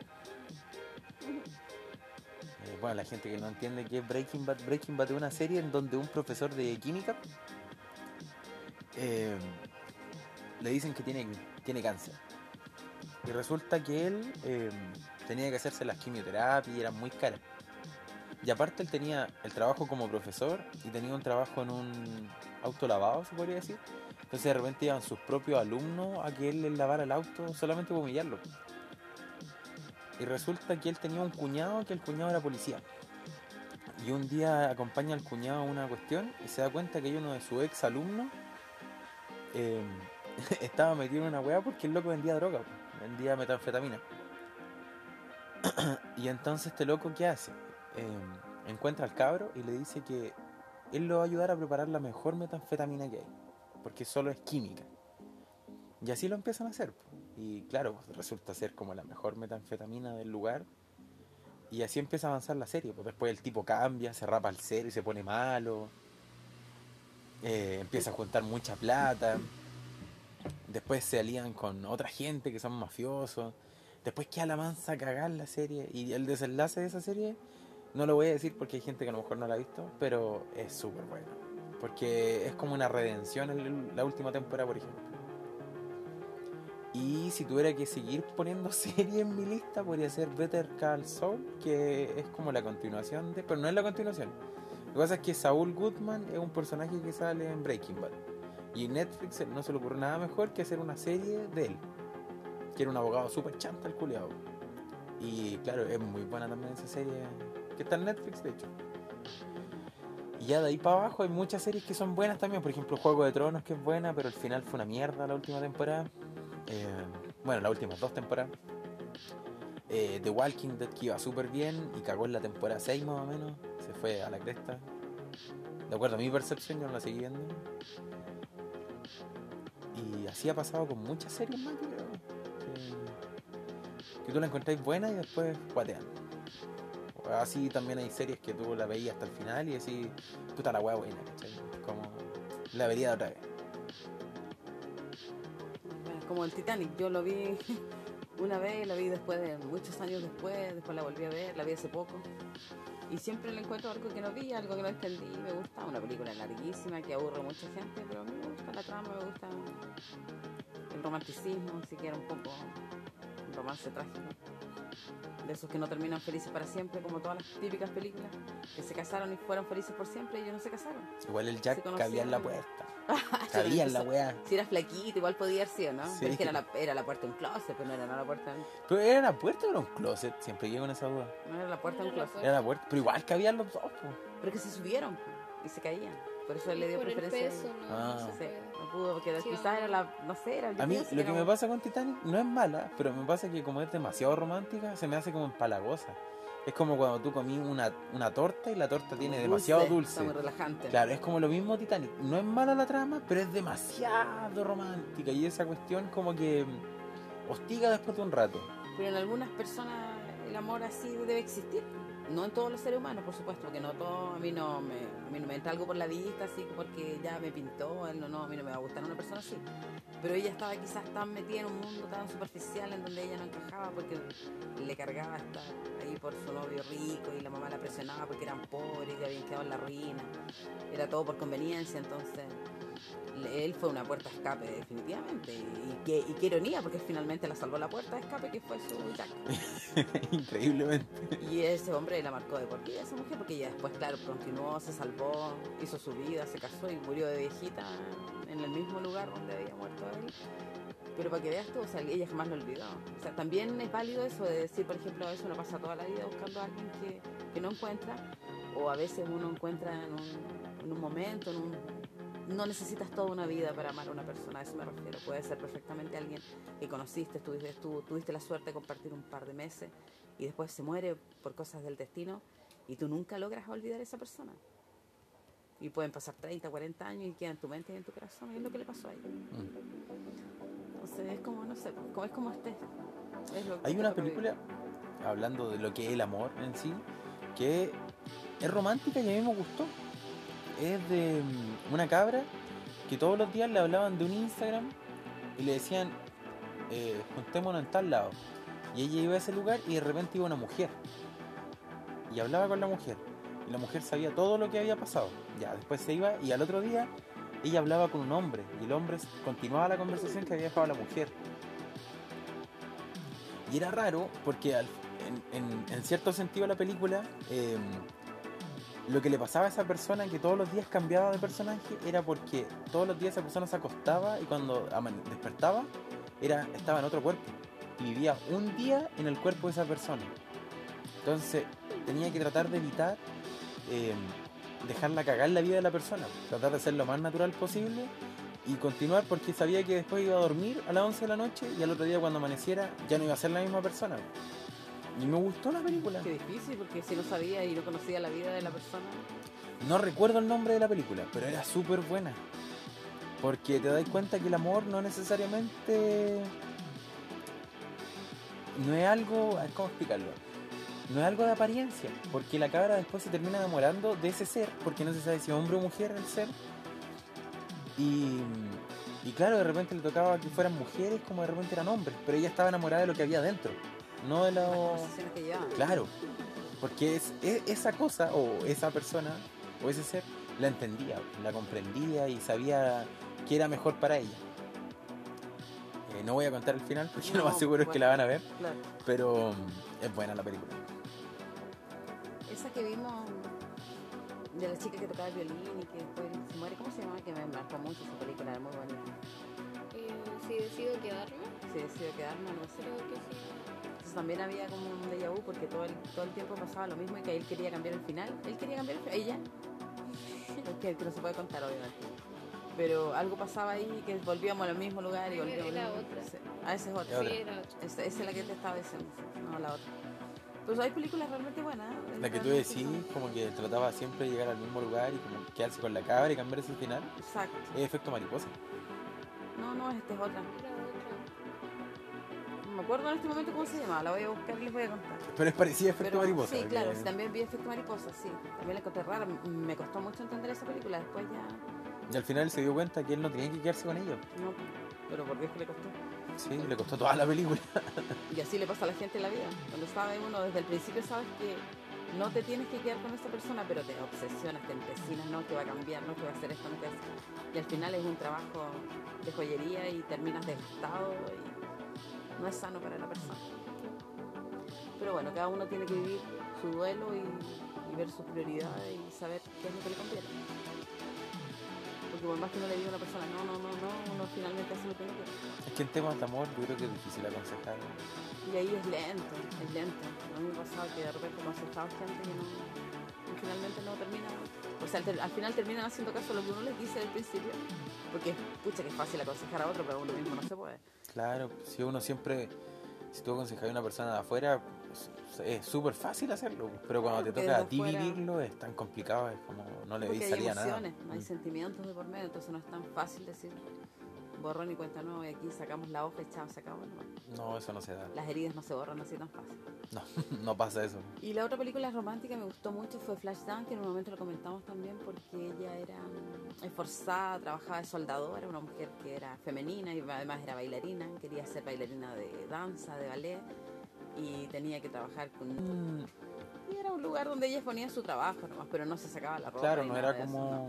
Bueno, la gente que no entiende qué es Breaking Bad es una serie en donde un profesor de química le dicen que tiene tiene cáncer. Y resulta que él tenía que hacerse las quimioterapias y eran muy caras. Y aparte él tenía el trabajo como profesor y tenía un trabajo en un auto lavado, se podría decir. Entonces de repente iban sus propios alumnos a que él les lavara el auto solamente para humillarlo. Y resulta que él tenía un cuñado, que el cuñado era policía. Y un día acompaña al cuñado a una cuestión y se da cuenta que hay uno de sus ex alumnos estaba metido en una weá porque el loco vendía droga, vendía metanfetamina. Y entonces este loco, ¿qué hace? Encuentra al cabro y le dice que él lo va a ayudar a preparar la mejor metanfetamina que hay, porque solo es química. Y así lo empiezan a hacer. Y claro, resulta ser como la mejor metanfetamina del lugar. Y así empieza a avanzar la serie. Pues después el tipo cambia, se rapa el cero y se pone malo. Empieza a juntar mucha plata. Después se alían con otra gente que son mafiosos. Después queda la mansa a cagar la serie. Y el desenlace de esa serie no lo voy a decir porque hay gente que a lo mejor no la ha visto, pero es súper bueno. Porque es como una redención en la última temporada, por ejemplo. Y si tuviera que seguir poniendo series en mi lista, podría ser Better Call Saul, que es como la continuación de... Pero no es la continuación. Lo que pasa es que Saul Goodman es un personaje que sale en Breaking Bad. Y en Netflix no se le ocurrió nada mejor que hacer una serie de él. Que era un abogado súper chanta el culiao. Y claro, es muy buena también esa serie, que está en Netflix de hecho. Y ya de ahí para abajo hay muchas series que son buenas también. Por ejemplo, Juego de Tronos, que es buena, pero al final fue una mierda la última temporada. Bueno, las últimas 2 temporadas. The Walking Dead, que iba súper bien y cagó en la temporada 6 más o menos. Se fue a la cresta. De acuerdo a mi percepción, yo no la seguí viendo. Y así ha pasado con muchas series más, yo creo. Que tú la encontráis buena y después guatean. Así también hay series que tú la veías hasta el final y decís, puta la wea buena, ¿cachai? Como la vería de otra vez. Como el Titanic, yo lo vi una vez, la vi después de muchos años después la volví a ver, la vi hace poco. Y siempre le encuentro algo que no vi, algo que no entendí, me gusta. Una película larguísima que aburre a mucha gente, pero a mí me gusta la trama, me gusta el romanticismo, así que era un poco un romance trágico. De esos que no terminan felices para siempre, como todas las típicas películas, que se casaron y fueron felices por siempre y ellos no se casaron. Igual el Jack cabía en la puerta. Cabía Cabía en la weá. Si era flaquito, igual podía haber sido, ¿no? Sí. Pero es que era la puerta de un closet, pero no era la puerta. Pero era la puerta o era un closet, siempre llego con esa duda. No era la puerta de un closet. Era la puerta, pero igual cabían los dos, po. Pero que se subieron y se caían. Por eso él le dio Por el preferencia. peso, ¿no? Ah. No se Sí, puede. no pudo, porque Sí, quizás era la, no sé, era... yo A mí pienso lo que era me un- pasa con Titanic no es mala, pero me pasa que como es demasiado romántica, se me hace como empalagosa. Es como cuando tú comí una torta y la torta tiene demasiado dulce. Está muy relajante. Claro, es como lo mismo Titanic. No es mala la trama, pero es demasiado romántica. Y esa cuestión como que hostiga después de un rato. Pero en algunas personas el amor así debe existir. No en todos los seres humanos, por supuesto, porque no todo, a mí no me entra algo por la vista, así porque ya me pintó, a mí no me va a gustar una persona así. Pero ella estaba quizás tan metida en un mundo tan superficial en donde ella no encajaba porque le cargaba estar ahí por su novio rico y la mamá la presionaba porque eran pobres y habían quedado en la ruina. Era todo por conveniencia, entonces él fue una puerta de escape definitivamente. Y qué ironía, porque finalmente la salvó la puerta de escape que fue su Jack. Increíblemente. Y ese hombre la marcó de por vida, esa mujer, porque ella después, claro, continuó, se salvó, hizo su vida, se casó y murió de viejita en el mismo lugar donde había muerto él. Pero para que veas tú, o sea, ella jamás lo olvidó. O sea, también es válido eso de decir, por ejemplo, a veces uno pasa toda la vida buscando a alguien que no encuentra, o a veces uno encuentra en un momento, no necesitas toda una vida para amar a una persona, a eso me refiero. Puede ser perfectamente alguien que conociste, tuviste la suerte de compartir un par de meses y después se muere por cosas del destino y tú nunca logras olvidar a esa persona. Y pueden pasar 30, 40 años y queda en tu mente y en tu corazón, y es lo que le pasó a ella. Entonces es como, no sé, es como es lo que Hay te una toca vivir. película, hablando de lo que es el amor en sí, que es romántica y a mí me gustó. Es de una cabra que todos los días le hablaban de un Instagram y le decían, juntémonos en tal lado. Y ella iba a ese lugar y de repente iba una mujer. Y hablaba con la mujer. Y la mujer sabía todo lo que había pasado. Ya, después se iba y al otro día ella hablaba con un hombre. Y el hombre continuaba la conversación que había dejado la mujer. Y era raro porque en cierto sentido la película, lo que le pasaba a esa persona que todos los días cambiaba de personaje era porque todos los días esa persona se acostaba y cuando despertaba estaba en otro cuerpo y vivía un día en el cuerpo de esa persona. Entonces tenía que tratar de evitar dejarla cagar la vida de la persona, tratar de ser lo más natural posible y continuar porque sabía que después iba a dormir a las 11 de la noche y al otro día cuando amaneciera ya no iba a ser la misma persona. Y me gustó la película. Qué difícil, porque si no sabía y no conocía la vida de la persona. No recuerdo el nombre de la película, pero era súper buena. Porque te das cuenta que el amor no necesariamente... No es algo... ¿Cómo explicarlo? No es algo de apariencia. Porque la cabra después se termina enamorando de ese ser. Porque no se sabe si es hombre o mujer el ser. Y claro, de repente le tocaba que fueran mujeres como de repente eran hombres. Pero ella estaba enamorada de lo que había dentro. No de Las lo... conversaciones que llevaban. Claro. Porque esa cosa o esa persona o ese ser la entendía, la comprendía y sabía que era mejor para ella. No voy a contar el final porque lo más seguro es que la van a ver, Claro. pero es buena la película. Esa que vimos de la chica que tocaba el violín y que después se muere, ¿cómo se llama? Que me marcó mucho esa película, era muy bonita. Si decido quedarme, Si decidió quedarme, no sé. creo que sí. Entonces también había como un déjà vu porque todo el tiempo pasaba lo mismo y que él quería cambiar el final. Él quería cambiar el final, ella. Que no se puede contar, obviamente. Pero algo pasaba ahí que volvíamos al mismo lugar y volvíamos. Era otra. Sí. Ah, esa es otra. Sí, era otra. Esa es la que te estaba diciendo, no la otra. Pues hay películas realmente buenas. La que tú decís, como que trataba siempre de llegar al mismo lugar y como quedarse con la cabra y cambiar ese final, Exacto. es efecto mariposa. No, esta es otra. Era otra. No me acuerdo en este momento cómo se llama, la voy a buscar y les voy a contar. Pero es parecida a efecto Pero, mariposa. sí, porque- claro, sí, también vi Efecto Mariposa, sí. También la encontré rara, me costó mucho entender esa película, después ya... Y al final se dio cuenta que él no tenía que quedarse con ella. No, pero por Dios que le costó. Sí, le costó toda la película. Y así le pasa a la gente en la vida. Cuando sabe uno, desde el principio sabes que no te tienes que quedar con esa persona, pero te obsesionas, te empecinas, no, que va a cambiar, no, que va a hacer esto, no, que va a hacer... Y al final es un trabajo de joyería y terminas desgastado y no es sano para la persona. Pero bueno, cada uno tiene que vivir su duelo y ver sus prioridades y saber qué es lo que le conviene. Porque por más que uno le diga a una persona, no, uno finalmente hace lo que uno quiere. Es que en temas de amor yo creo que es difícil aconsejar. Y ahí es lento, es lento. A mí me ha pasado que de repente me ha asustado gente que finalmente no termina. O sea, al final terminan haciendo caso a lo que uno les dice al principio. Porque, pucha, que es fácil aconsejar a otro, pero a uno mismo no se puede. Claro, si uno siempre, si tú aconsejas a una persona de afuera, pues, es súper fácil hacerlo, pero cuando te Porque toca a desde ti afuera- vivirlo es tan complicado, es como no le Porque veis hay salida a nada. emociones, no hay sentimientos de por medio, entonces no es tan fácil decir borrón y cuenta nueva y aquí sacamos la hoja y chao, se acabó. No. No, eso no se da. Las heridas no se borran así tan fácil. No, no pasa eso. Y la otra película romántica que me gustó mucho fue Flashdance, que en un momento lo comentamos también porque ella era esforzada, trabajaba de soldadora, era una mujer que era femenina y además era bailarina, quería ser bailarina de danza, de ballet y tenía que trabajar con... Y era un lugar donde ella ponía su trabajo nomás, pero no se sacaba la ropa. Claro, ni no nada era de eso, como... no.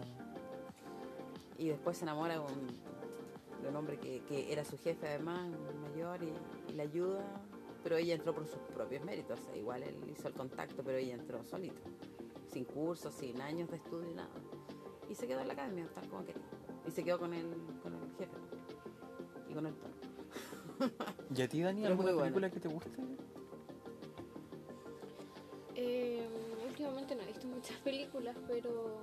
Y después se enamora de un hombre que era su jefe además, un mayor, y la ayuda, pero ella entró por sus propios méritos, o sea, igual él hizo el contacto, pero ella entró solita, sin cursos, sin años de estudio y nada. Y se quedó en la academia, tal como quería. Y se quedó con el jefe y con el todo. ¿Y a ti, Dani, Pero es alguna muy película buena. que te guste? Últimamente no he visto muchas películas, pero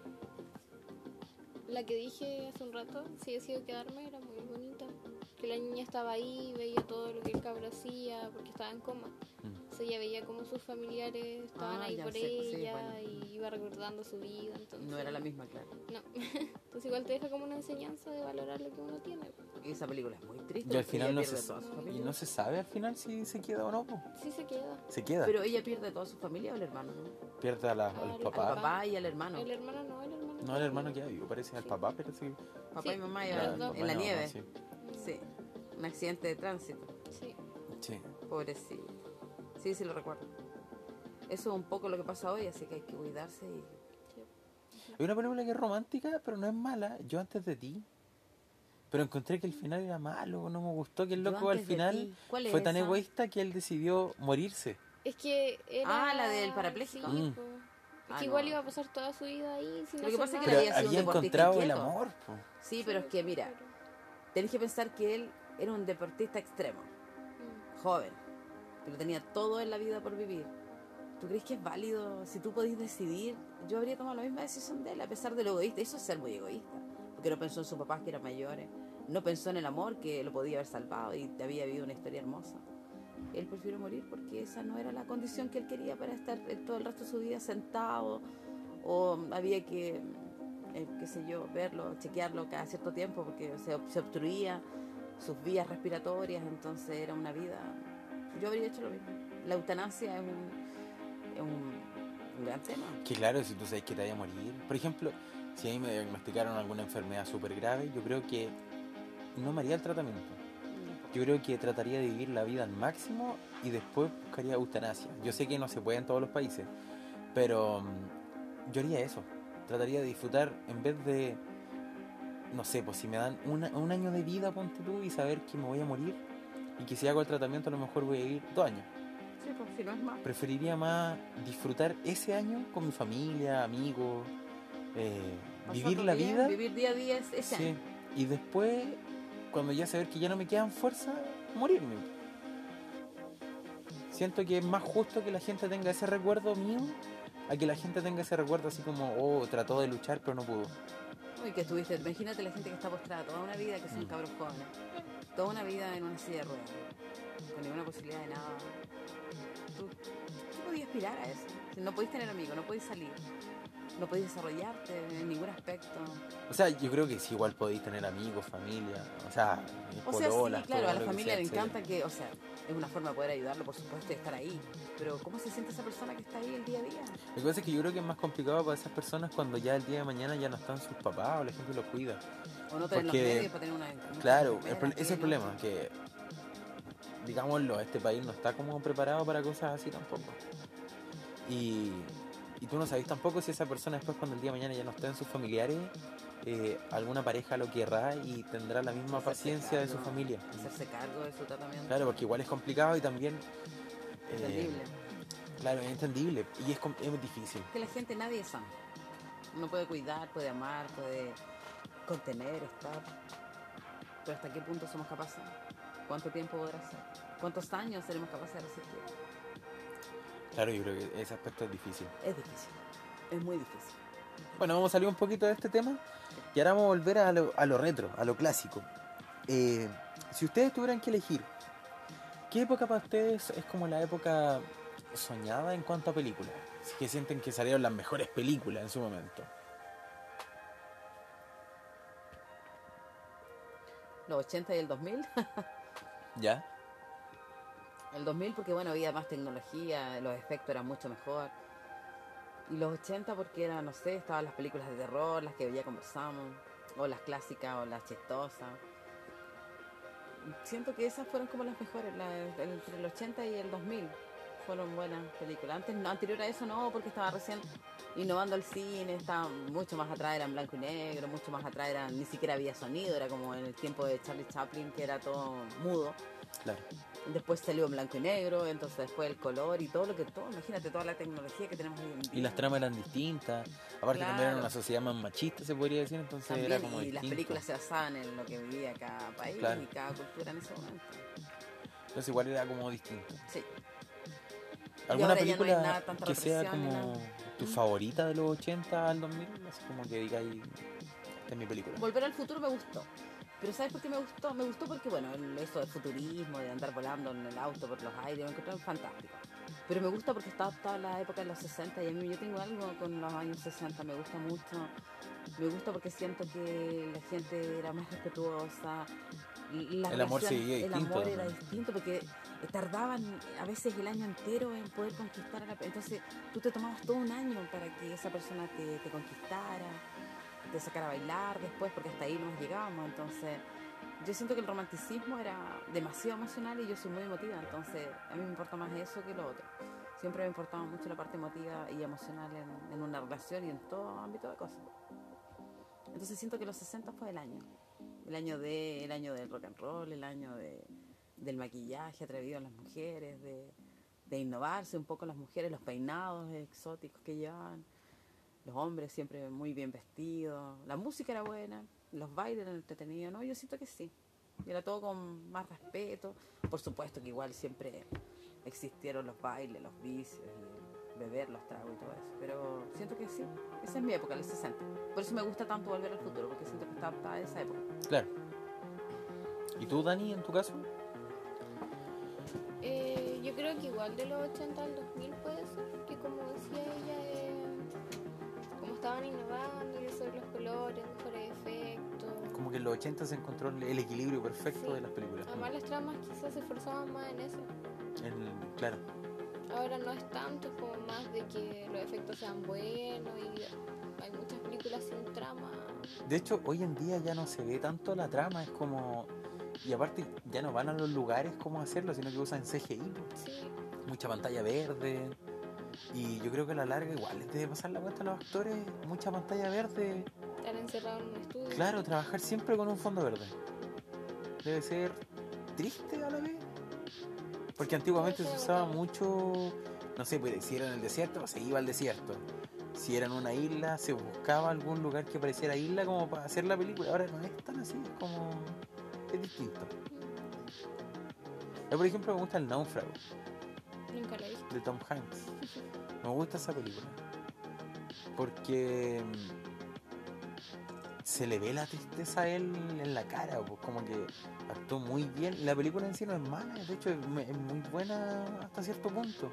la que dije hace un rato, si decido quedarme, era muy bonita. Que la niña estaba ahí, veía todo lo que el cabro hacía, porque estaba en coma. Entonces ella veía como sus familiares estaban ahí ya por sé, sí, ella bueno. y iba recordando su vida. Entonces, No era la misma, claro. No. Entonces igual te deja como una enseñanza de valorar lo que uno tiene. Y esa película es muy triste. Y al porque final ella no pierde se, toda su y familia. no se sabe al final si se queda o no. Po. Sí se queda. Se queda. Pero ella pierde toda su familia o el hermano, ¿no? Pierde al Al papá. Al papá y al hermano. El hermano no, el hermano. No, el hermano queda vivo, parece. Al Sí. papá, pero sí. Papá Sí, y mamá los iban dos. en la Bueno, nieve. sí. Sí, un accidente de tránsito. Sí. Sí. Pobrecito. Sí, sí lo recuerdo. Eso es un poco lo que pasa hoy, así que hay que cuidarse y... Hay una película que es romántica, pero no es mala. Yo antes de ti. Pero encontré que el final era malo, no me gustó que el Yo loco al antes de final ti. ¿Cuál es fue tan esa? egoísta que él decidió morirse. Es que era... Ah, la del parapléjico. Sí, Mm. po. Es Ah, que igual no. iba a pasar toda su vida ahí sin Lo que hacer pasa es que nada. él Pero había sido un había deportista encontrado el inquieto. amor, po. Sí, pero es que mira, pero- tenés que pensar que él era un deportista extremo, Mm. joven, pero tenía todo en la vida por vivir. ¿Tú crees que es válido? Si tú podís decidir, yo habría tomado la misma decisión de él, a pesar de lo egoísta. Eso es ser muy egoísta, porque no pensó en sus papás que eran mayores, no pensó en el amor que lo podía haber salvado y te había vivido una historia hermosa. Él prefirió morir porque esa no era la condición que él quería para estar todo el resto de su vida sentado, o había que, qué sé yo, verlo, chequearlo cada cierto tiempo porque se obstruía sus vías respiratorias, entonces era una vida. Yo habría hecho lo mismo. La eutanasia es un gran tema. Que claro, si tú sabes que te vaya a morir. Por ejemplo, si a mí me diagnosticaron alguna enfermedad súper grave, yo creo que no me haría el tratamiento. Yo creo que trataría de vivir la vida al máximo y después buscaría eutanasia. Yo sé que no se puede en todos los países, pero yo haría eso. Trataría de disfrutar en vez de, no sé, pues si me dan un año de vida, ponte tú, y saber que me voy a morir y que si hago el tratamiento a lo mejor voy a vivir 2 años. Sí, pues si no es más. Preferiría más disfrutar ese año con mi familia, amigos, vivir Pasarlo la bien, vida. vivir día a día ese Sí. año. Y después, cuando ya saber que ya no me quedan fuerzas, morirme. Siento que es más justo que la gente tenga ese recuerdo mío a que la gente tenga ese recuerdo así como, oh, trató de luchar pero no pudo. Uy, que estuviste, imagínate la gente que está postrada toda una vida, que son Mm. cabros jóvenes, toda una vida en una silla de ruedas, con ninguna posibilidad de nada. Tú podías aspirar a eso. Si no podías tener amigos, no podías salir, no podías desarrollarte en ningún aspecto. O sea, yo creo que sí, igual podéis tener amigos, familia, o sea, O sea, sí, pololas, claro, todo a la lo que familia sea, le etcétera. encanta que, o sea, es una forma de poder ayudarlo, por supuesto, y estar ahí. Pero ¿cómo se siente esa persona que está ahí el día a día? Lo que pasa es que yo creo que es más complicado para esas personas cuando ya el día de mañana ya no están sus papás o la gente los cuida. O no tener los Porque, medios para tener una claro, enfermera ese es el problema, que, digámoslo, este país no está como preparado para cosas así tampoco. Y, y tú no sabes tampoco si esa persona después cuando el día de mañana ya no está en sus familiares, alguna pareja lo querrá y tendrá la misma paciencia de su familia. Hacerse cargo de su tratamiento. Claro, porque igual es complicado y también... Entendible. Claro, es entendible y es difícil. Que la gente, nadie es santo. No puede cuidar, puede amar, puede contener, estar. Pero ¿hasta qué punto somos capaces? ¿Cuánto tiempo podrá ser? ¿Cuántos años seremos capaces de resistir? Claro, yo creo que ese aspecto es difícil. Es difícil. Es muy difícil. Bueno, vamos a salir un poquito de este tema y ahora vamos a volver a lo retro, a lo clásico. Si ustedes tuvieran que elegir, ¿qué época para ustedes es como la época soñada en cuanto a películas? Si que sienten que salieron las mejores películas en su momento. Los 80 y el 2000. ¿Ya? El 2000 porque, bueno, había más tecnología, los efectos eran mucho mejor. Y los 80 porque era, no sé, estaban las películas de terror, las que ya conversamos, o las clásicas, o las chistosas. Siento que esas fueron como las mejores, entre el 80 y el 2000 fueron buenas películas. Antes, no, anterior a eso no, porque estaba recién innovando el cine, estaba mucho más atrás, era en blanco y negro, mucho más atrás, ni siquiera había sonido, era como en el tiempo de Charlie Chaplin, que era todo mudo. Claro. Después salió en blanco y negro, entonces después el color y todo lo que todo, imagínate toda la tecnología que tenemos hoy en día. Y las tramas eran distintas. Aparte también era Claro. una sociedad más machista, se podría decir, entonces También, era como y las distinto. películas se basaban en lo que vivía cada país Claro. y cada cultura en ese momento. Entonces igual era como distinto. Sí. ¿Alguna ahora ya no hay película nada, tanta que sea represión ni como nada. tu favorita de los 80 al 2000? Así como que digáis, esta es mi película. Volver al futuro me gustó. Pero ¿sabes por qué me gustó? Me gustó porque, bueno, eso del futurismo, de andar volando en el auto por los aires, me encontré fantástico. Pero me gusta porque está adaptada a la época de los 60 y a mí yo tengo algo con los años 60, me gusta mucho. Me gusta porque siento que la gente era más respetuosa. El amor se vivía El distinto amor era también. distinto porque tardaban a veces el año entero en poder conquistar a la persona. Entonces tú te tomabas todo un año para que esa persona te conquistara, te sacara a bailar después, porque hasta ahí nos llegábamos. Entonces yo siento que el romanticismo era demasiado emocional y yo soy muy emotiva, entonces a mí me importa más eso que lo otro. Siempre me importaba mucho la parte emotiva y emocional en una relación y en todo ámbito de cosas. Entonces siento que los 60 fue el año el año del rock and roll, el año del maquillaje atrevido a las mujeres, de innovarse un poco las mujeres, los peinados exóticos que llevaban, los hombres siempre muy bien vestidos, la música era buena, los bailes eran entretenidos, ¿no? Yo siento que sí. Y era todo con más respeto. Por supuesto que igual siempre existieron los bailes, los vicios, y beber los tragos y todo eso. Pero siento que sí, esa es mi época, los 60. Por eso me gusta tanto Volver al Futuro, porque siento que está adaptada a esa época. Claro. ¿Y tú, Dani, en tu caso? Yo creo que igual de los 80 al 2000 puede ser, porque como decía ella, como estaban innovando y eso de los colores, mejores efectos. Como que en los 80 se encontró el equilibrio perfecto Sí. de las películas. Además las tramas quizás se esforzaban más en eso. Claro. Ahora no es tanto, es como más de que los efectos sean buenos y hay muchas películas sin trama. De hecho, hoy en día ya no se ve tanto la trama, es como... Y aparte ya no van a los lugares como hacerlo, sino que usan CGI. Sí, Mucha pantalla verde. Y yo creo que a la larga igual les debe pasar la cuenta a los actores. Mucha pantalla verde. estar encerrado en un estudio. Claro, trabajar siempre con un fondo verde. Debe ser triste a la vez. Porque antiguamente se usaba mucho, no sé, pues si era en el desierto, se iba al desierto. Si era en una isla, se buscaba algún lugar que pareciera isla como para hacer la película. Ahora no es tan así, es como... es distinto. Yo, por ejemplo, me gusta El Náufrago, Nunca la he visto. de Tom Hanks. Me gusta esa película. Porque se le ve la tristeza a él en la cara, pues como que actuó muy bien. Y la película en sí no es mala, de hecho es muy buena hasta cierto punto.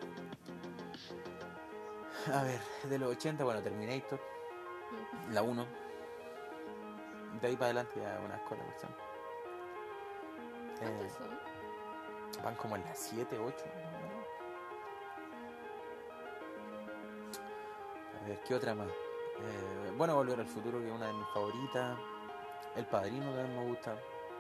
A ver, de los 80, bueno, Terminator, la 1. De ahí para adelante ya una escuela de cuestión. ¿Cuántas son? Van como en las 7, 8. A ver, ¿qué otra más? Bueno, Volver al Futuro, que es una de mis favoritas. El Padrino también me gusta.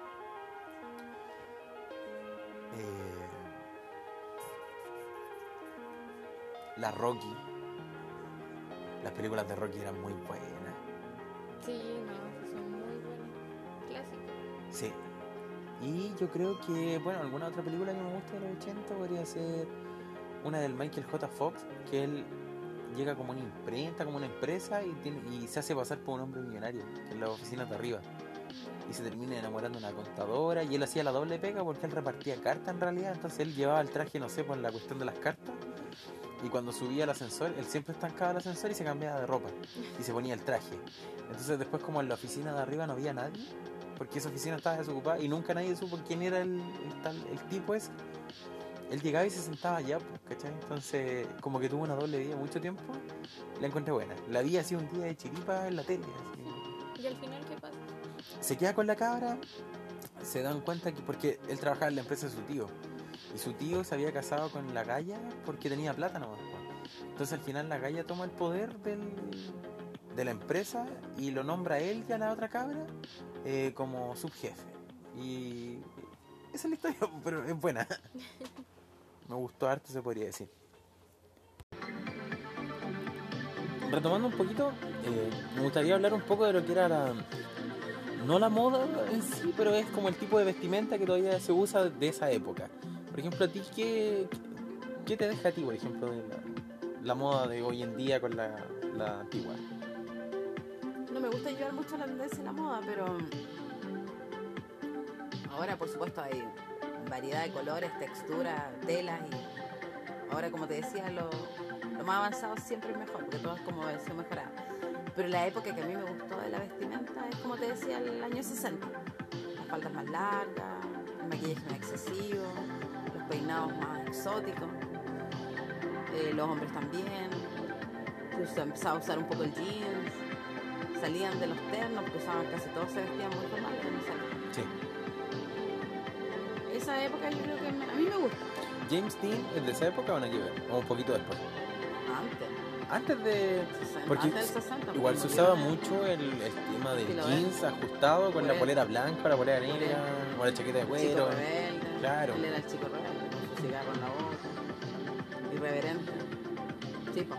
La Rocky. Las películas de Rocky eran muy buenas. Sí, no, son muy buenos. Clásicos. Sí. Y yo creo que, bueno, alguna otra película que me gusta de los 80 podría ser una del Michael J. Fox, que él llega como una imprenta, como una empresa y se hace pasar por un hombre millonario en las oficinas de arriba. Y se termina enamorando de una contadora y él hacía la doble pega porque él repartía cartas en realidad. Entonces él llevaba el traje, no sé, por la cuestión de las cartas. Y cuando subía al ascensor, él siempre estancaba el ascensor y se cambiaba de ropa. Y se ponía el traje. Entonces después como en la oficina de arriba no había nadie, porque esa oficina estaba desocupada y nunca nadie supo quién era el tipo ese. Él llegaba y se sentaba allá, pues, ¿cachai? Entonces como que tuvo una doble vida mucho tiempo. La encontré buena. La vi así un día de chiripa en la tele. Así. ¿Y al final qué pasa? Se queda con la cabra, se dan cuenta que porque él trabajaba en la empresa de su tío. Y su tío se había casado con la galla porque tenía plata nomás. Entonces al final la galla toma el poder de la empresa y lo nombra a él y a la otra cabra como subjefe. Y esa es la historia, pero es buena. Me gustó harto, se podría decir. Retomando un poquito, me gustaría hablar un poco de lo que era no la moda en sí, pero es como el tipo de vestimenta que todavía se usa de esa época. Por ejemplo, a ti, ¿qué te deja a ti, por ejemplo, de la moda de hoy en día con la antigua? No me gusta llevar mucho la tendencia en la moda, pero ahora por supuesto hay variedad de colores, texturas, telas y ahora como te decía lo más avanzado siempre es mejor porque todo es como versión mejorada. Pero la época que a mí me gustó de la vestimenta es como te decía el año 60. Las faldas más largas, el maquillaje más excesivo, los peinados más exóticos, los hombres también. Se empezaba a usar un poco el jeans, salían de los ternos porque usaban casi todos se vestían muy formales en esa época. Sí. Esa época yo creo que a mí me gusta. ¿James Dean es de esa época o no que ver? O un poquito después. Antes de... 60, Porque antes del 60. igual se usaba mucho el tema del jeans ajustado con la polera blanca, la polera negra, con la chaqueta de cuero. Chico rebelde. Claro. Él era el chico rebelde, con su cigarro en la boca. Irreverente. Chico.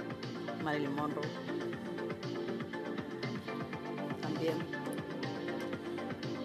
Marilyn Monroe. También.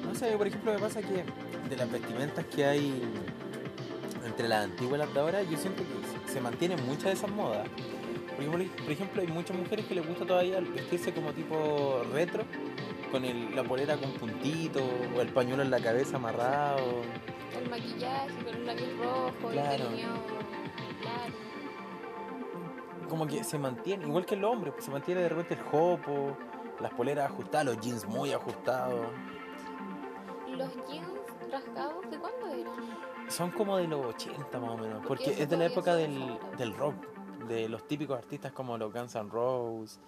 No sé, por ejemplo, me pasa que de las vestimentas que hay entre las antiguas y las de ahora, yo siento que se mantienen muchas de esas modas. Porque, por ejemplo, hay muchas mujeres que les gusta todavía vestirse como tipo retro, con la polera con puntito, o el pañuelo en la cabeza amarrado. El maquillaje con los labios rojos, Claro. el delineado claro. Como que se mantiene, igual que el hombre, pues se mantiene de repente el jopo, las poleras ajustadas, los jeans muy ajustados. Los jeans rasgados, ¿de cuándo eran? Son como de los 80 más o menos, Porque porque eso es de la todavía época se usa ahora. del rock, de los típicos artistas como los Guns N' Roses,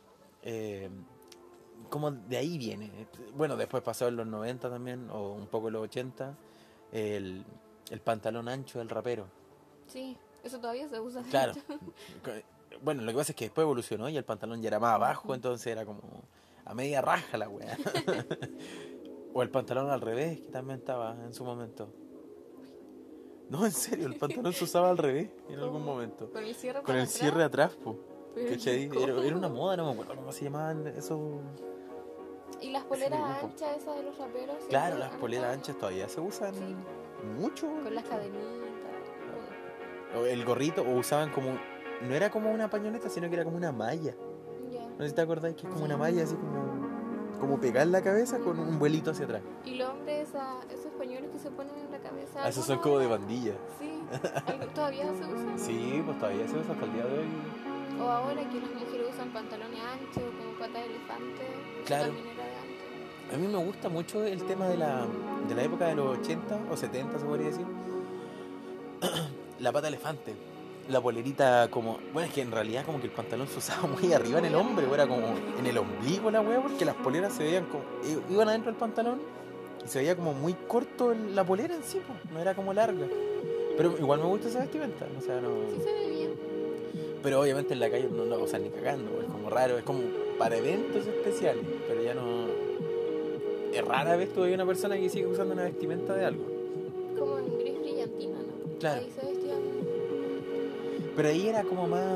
como de ahí viene. Bueno, después pasó en los 90 también, o un poco en los 80, el, el pantalón ancho del rapero. Sí, eso todavía se usa. de Claro. hecho. Bueno, lo que pasa es que después evolucionó y el pantalón ya era más abajo, entonces era como a media raja la weá. O el pantalón al revés, que también estaba en su momento. No, en serio, el pantalón se usaba al revés en algún ¿Cómo? momento. Con el cierre Con para el atrás. cierre atrás, po. Pero ¿Cachai? ¿cómo? Era una moda, no me acuerdo cómo se llamaban esos. Y las poleras ese grupo. anchas esas de los raperos. Claro, siempre las han poleras estado anchas todavía se usan Sí. mucho. con las cadenitas. O el gorrito, o usaban como. No era como una pañoleta, sino que era como una malla. Ya. No sé si te acordáis que es como una malla así como pegar la cabeza con un vuelito hacia atrás. Y los hombres, esos pañuelos que se ponen en la cabeza. Ah, esos son ¿alguno como de ahora? bandilla. Sí. ¿Todavía se usan? Sí, pues todavía se usa hasta el día de hoy. O ahora que las mujeres usan pantalones anchos como pata de elefante. Eso Claro. también era de antes. A mí me gusta mucho el tema de la época de los 80 o 70, se podría decir. La pata de elefante. La polerita como... Bueno, es que en realidad como que el pantalón se usaba muy arriba en el hombro. Era como en el ombligo la wea, porque las poleras se veían como... Iban adentro del pantalón y se veía como muy corto la polera en sí, pues. No era como larga. Pero igual me gusta esa vestimenta. O sea, no... Sí se ve bien. Pero obviamente en la calle no la usan ni cagando. Es como raro. Es como para eventos especiales. Pero ya no... Es rara vez todavía una persona que sigue usando una vestimenta de algo. Como en gris brillantina, ¿no? Claro. Ahí se vestían. Pero ahí era como más...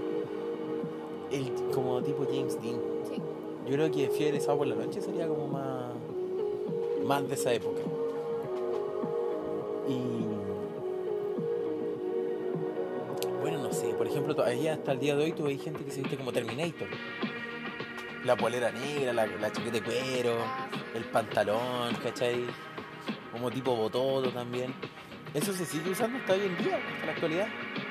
como tipo James Dean. Sí. Yo creo que Fiebre de Sábado por la Noche sería como más de esa época. Y bueno, no sé, por ejemplo, todavía hasta el día de hoy tú hay gente que se viste como Terminator. La polera negra, la chaqueta de cuero, Ah, sí. el pantalón, ¿cachai? Como tipo bototo también. Eso se sigue usando hasta hoy en día, hasta la actualidad.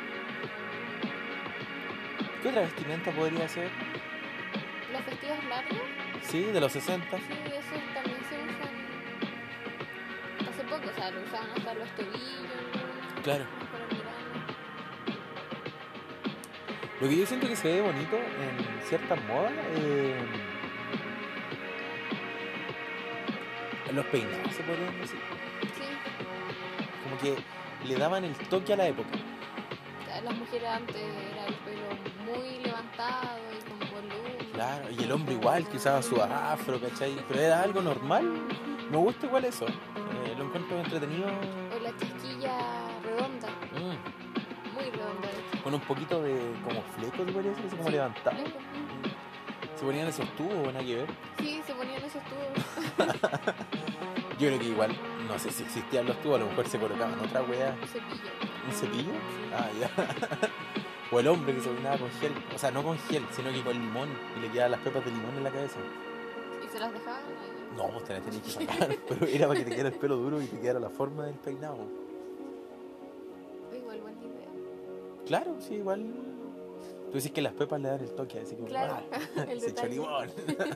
¿Qué otra vestimenta podría ser? Los vestidos largos, Sí, de los 60. sí, esos también se usan hace poco, o sea, lo usaban hasta los tobillos, Claro. para el verano. Lo que yo siento que se ve bonito en ciertas modas, los peinados, se podrían decir. Sí, Como que le daban el toque a la época. las mujeres antes era el pelo muy levantado y con volumen. Claro, y el hombre igual, que usaba su afro, ¿cachai? Pero era algo normal. Me gusta igual eso. Lo encuentro entretenido. O la chasquilla redonda, muy redonda de hecho. Con un poquito de como fleco, se podría decir, así como Sí, levantado. lejos. Se ponían esos tubos, nada que ver. Sí, se ponían esos tubos. Yo creo que igual, no sé si existían los tubos, a lo mejor se colocaban otra wea. Un cepillo. ¿Un cepillo? Ah, ya. O el hombre que se peinaba con gel. O sea, no con gel, sino que con limón. Y le quedaban las pepas de limón en la cabeza. Y se las dejaban ahí. No, pues te las tenías que sacar. Pero era para que te quedara el pelo duro y te quedara la forma del peinado. Igual buena idea. Claro, sí, igual. Tú dices que las pepas le dan el toque, así como, Claro, el se echó detalle. limón.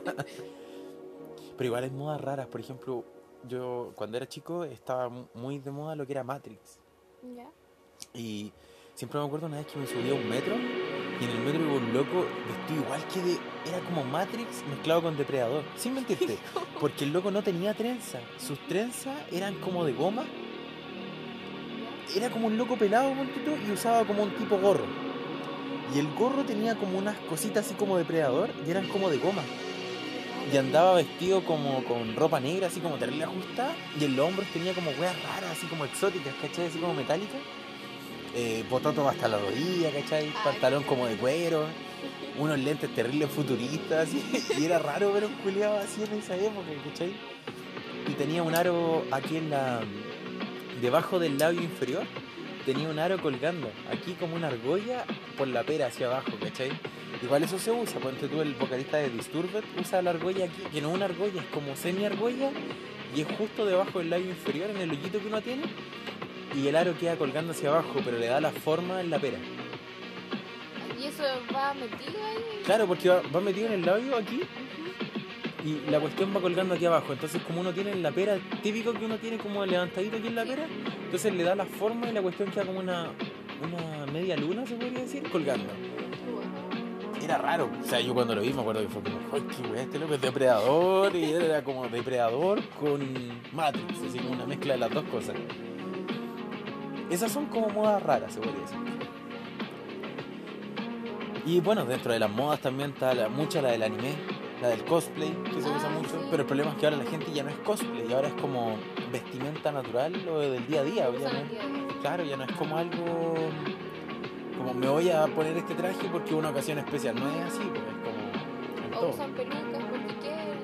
Pero igual hay modas raras. Por ejemplo, yo cuando era chico estaba muy de moda lo que era Matrix. Ya. Y siempre me acuerdo una vez que me subí a un metro y en el metro hubo un loco vestido igual que era como Matrix mezclado con Depredador. Sin mentirte, porque el loco no tenía trenza. Sus trenzas eran como de goma. Era como un loco pelado, montito, y usaba como un tipo gorro. Y el gorro tenía como unas cositas así como Depredador y eran como de goma. Y andaba vestido como con ropa negra, así como terrible ajustada. Y en los hombros tenía como weas raras, así como exóticas, ¿cachai? Así como metálicas. Bototo hasta la rodilla, ¿cachai? Pantalón como de cuero. Unos lentes terribles futuristas, así. Y era raro ver un culiado así en esa época, ¿cachai? y tenía un aro aquí debajo del labio inferior, tenía un aro colgando, aquí como una argolla por la pera hacia abajo, ¿cachai? Igual eso se usa, ponte tú, el vocalista de Disturbed usa la argolla aquí, que no es una argolla, es como semi-argolla, y es justo debajo del labio inferior, en el hoyito que uno tiene, y el aro queda colgando hacia abajo, pero le da la forma en la pera. ¿Y eso va metido ahí? Claro, porque va metido en el labio aquí, y la cuestión va colgando aquí abajo. Entonces, como uno tiene en la pera, típico que uno tiene como levantadito aquí en la pera, entonces le da la forma y la cuestión queda como una media luna, se podría decir, colgando. Era raro. O sea, yo cuando lo vi me acuerdo que fue como, ¡ay, qué wea! Este loco es Depredador, y él era como Depredador con Matrix, así como una mezcla de las dos cosas. Esas son como modas raras, se podría decir. Y bueno, dentro de las modas también está mucha la del anime, la del cosplay, que se usa mucho, sí. pero el problema es que ahora la gente ya no es cosplay, ahora es como vestimenta natural o del día a día. Usan Ya no el día a día. claro, ya no es como algo como me voy a poner este traje porque es una ocasión especial, no es así, pues es como en O todo. usan pelucas porque quieren,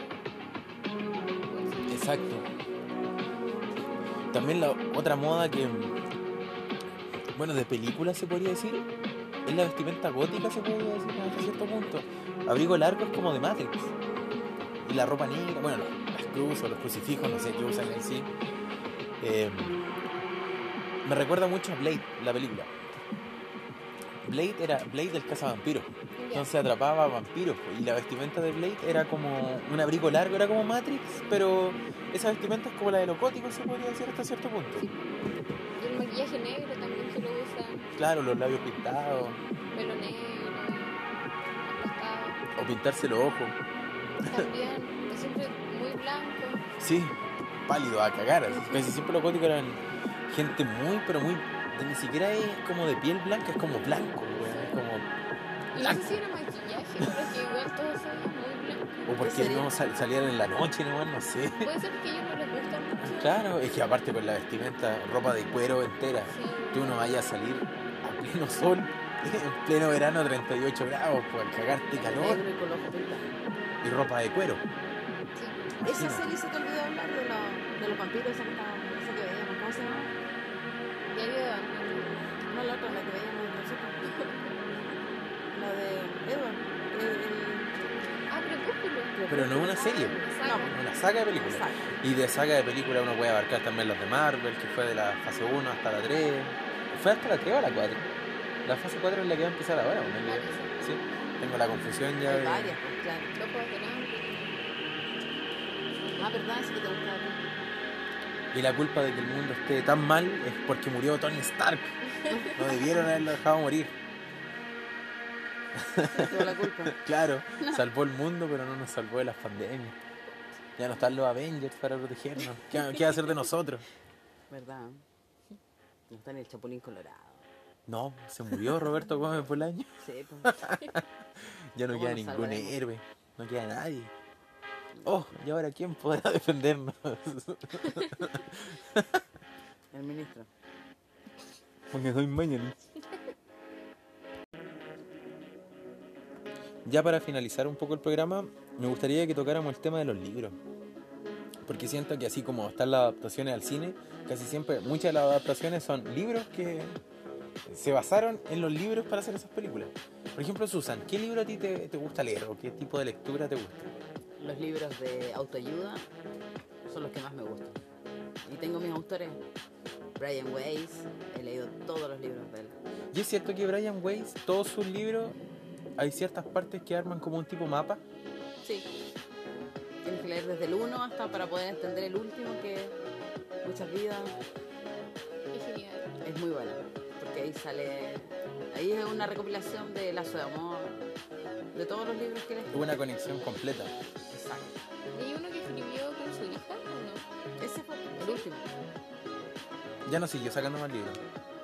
así. Exacto. También la otra moda que, bueno, de película se podría decir, es la vestimenta gótica, se podría decir hasta cierto punto. Abrigo largo es como de Matrix. Y la ropa negra, bueno, las cruces o los crucifijos, no sé qué usan en sí. Me recuerda mucho a Blade, la película. Blade era Blade del cazavampiros. Entonces atrapaba vampiros. Y la vestimenta de Blade era como un abrigo largo, era como Matrix, pero esa vestimenta es como la de los góticos, se podría decir hasta cierto punto. Sí. Y el maquillaje negro también se lo usa. Claro, los labios pintados, Pelo negro, aplastado. o pintarse los ojos. También, es siempre muy blanco. Sí, pálido a cagar. Así. Casi siempre los góticos eran gente muy, pero muy. Ni siquiera es como de piel blanca, es como blanco, weón. Es como. Y no sé si era maquillaje, pero que igual todos se ven muy blancos. O porque no salieran en la noche nomás, no sé. Puede ser que a ellos no les gusta mucho. Claro, es que aparte con la vestimenta, ropa de cuero entera, Sí. tú no vayas a salir a pleno sol, en pleno verano 38 grados, pues al cagarte calor, Negro y con los ojos pintados. y ropa de cuero. Sí. Esa serie se te olvidó hablar de los vampiros, esa que veíamos, ¿cómo se llama? Diario de vampiro. No, la otra, la que veíamos nosotros. La de Edward. Ah, Crepúsculo. Pero no es una serie, Ah, No. una saga de películas. Exacto. Y de saga de películas uno puede abarcar también las de Marvel, que fue de la fase 1 hasta la 3. ¿Fue hasta la 3 o la 4? La fase 4 es la que va a empezar ahora, ¿no? Sí, tengo la confusión ya Hay de... varias, pues, claro. Los Juegos del Hambre. Ah, ¿verdad? Sí que te gusta. Y la culpa de que el mundo esté tan mal es porque murió Tony Stark. No debieron haberlo dejado morir. Tuvo la culpa. Claro, salvó el mundo, pero no nos salvó de las pandemias. Ya no están los Avengers para protegernos. ¿Qué va a hacer de nosotros? ¿Verdad? No está en el Chapulín Colorado. No, se murió Roberto Gómez Bolaño. Sí, pues. Ya no ¿Cómo queda nos ningún salvaremos? héroe. No queda nadie. Oh, ¿y ahora quién podrá defendernos? El ministro. Porque soy mañana. Ya para finalizar un poco el programa, me gustaría que tocáramos el tema de los libros. Porque siento que así como están las adaptaciones al cine, casi siempre, muchas de las adaptaciones son libros que se basaron en los libros para hacer esas películas. Por ejemplo, Susan, ¿qué libro a ti te gusta leer o qué tipo de lectura te gusta? Los libros de autoayuda son los que más me gustan. Y tengo mis autores. Brian Weiss, he leído todos los libros de él. Y es cierto que Brian Weiss, todos sus libros, hay ciertas partes que arman como un tipo mapa. Sí. Tienes que leer desde el 1 hasta para poder entender el último, que Muchas Vidas. Es genial. Es muy bueno, porque ahí sale... Ahí es una recopilación de Lazo de Amor, de todos los libros que él escribió. Tuvo una conexión completa. Exacto. ¿Y uno que escribió con su hija o no? Ese fue el último. Ya no siguió sacando más libros.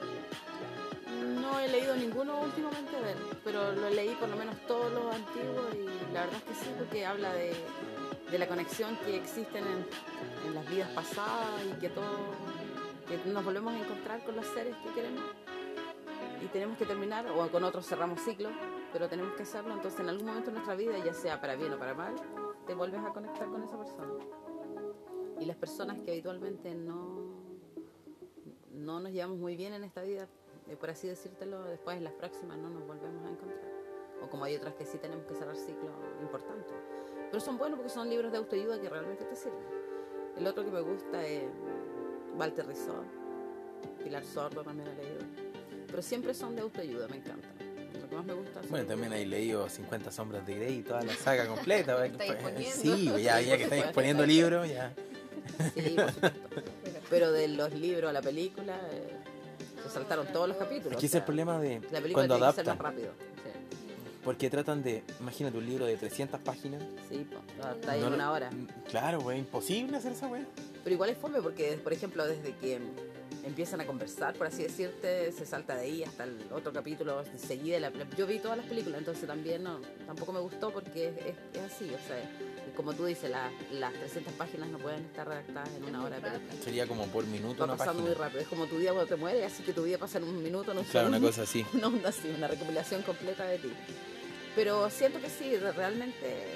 No he leído ninguno últimamente de él, pero lo leí por lo menos todos los antiguos y la verdad es que sí, porque habla de la conexión que existen en las vidas pasadas y que nos volvemos a encontrar con los seres que queremos y tenemos que terminar, o con otros cerramos ciclos, pero tenemos que hacerlo. Entonces en algún momento de nuestra vida, ya sea para bien o para mal, te vuelves a conectar con esa persona. Y las personas que habitualmente no nos llevamos muy bien en esta vida, por así decírtelo, después en las próximas no nos volvemos a encontrar. O como hay otras que sí tenemos que cerrar ciclos importantes. Pero son buenos porque son libros de autoayuda que realmente te sirven. El otro que me gusta es Walter Rizzo, Pilar Sordo también he leído. Pero siempre son de autoayuda, me encanta. Lo que más me gusta. Bueno, también he leído 50 sombras de Grey y toda la saga completa. Estáis poniendo. Sí, ya que estáis poniendo libros, ya. Sí, por supuesto. Pero de los libros a la película, se saltaron todos los capítulos. Es que ese es el problema de la película cuando tiene que ser adaptan. más rápido. Sí, Porque tratan de, imagínate un libro de 300 páginas. sí, lo adaptáis No en lo- una hora. Claro, güey, imposible hacer esa güey. Pero igual es fome porque, por ejemplo, desde que empiezan a conversar, por así decirte, se salta de ahí hasta el otro capítulo seguida. Yo vi todas las películas, entonces también tampoco me gustó porque es así. O sea, como tú dices, las 300 páginas no pueden estar redactadas en una hora de película. Sería como por minuto Va una pasando página. muy rápido. Es como tu vida cuando te mueres, así que tu vida pasa en un minuto, en un Claro, una segundo. cosa así. Una onda así, una recopilación completa de ti. Pero siento que sí, realmente.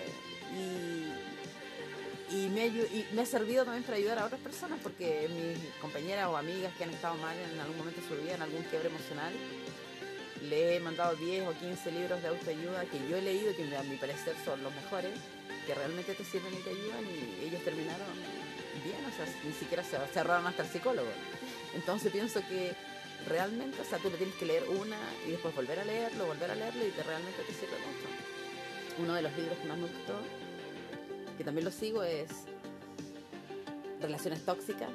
Y me ha servido también para ayudar a otras personas, porque mis compañeras o amigas que han estado mal en algún momento de su vida, en algún quiebre emocional, le he mandado 10 o 15 libros de autoayuda que yo he leído y que a mi parecer son los mejores, que realmente te sirven y te ayudan, y ellos terminaron bien, o sea, ni siquiera se cerraron hasta el psicólogo. Entonces pienso que realmente, o sea, tú lo tienes que leer una y después volver a leerlo y realmente te sirve mucho. Uno de los libros que más me gustó, que también lo sigo, es Relaciones Tóxicas.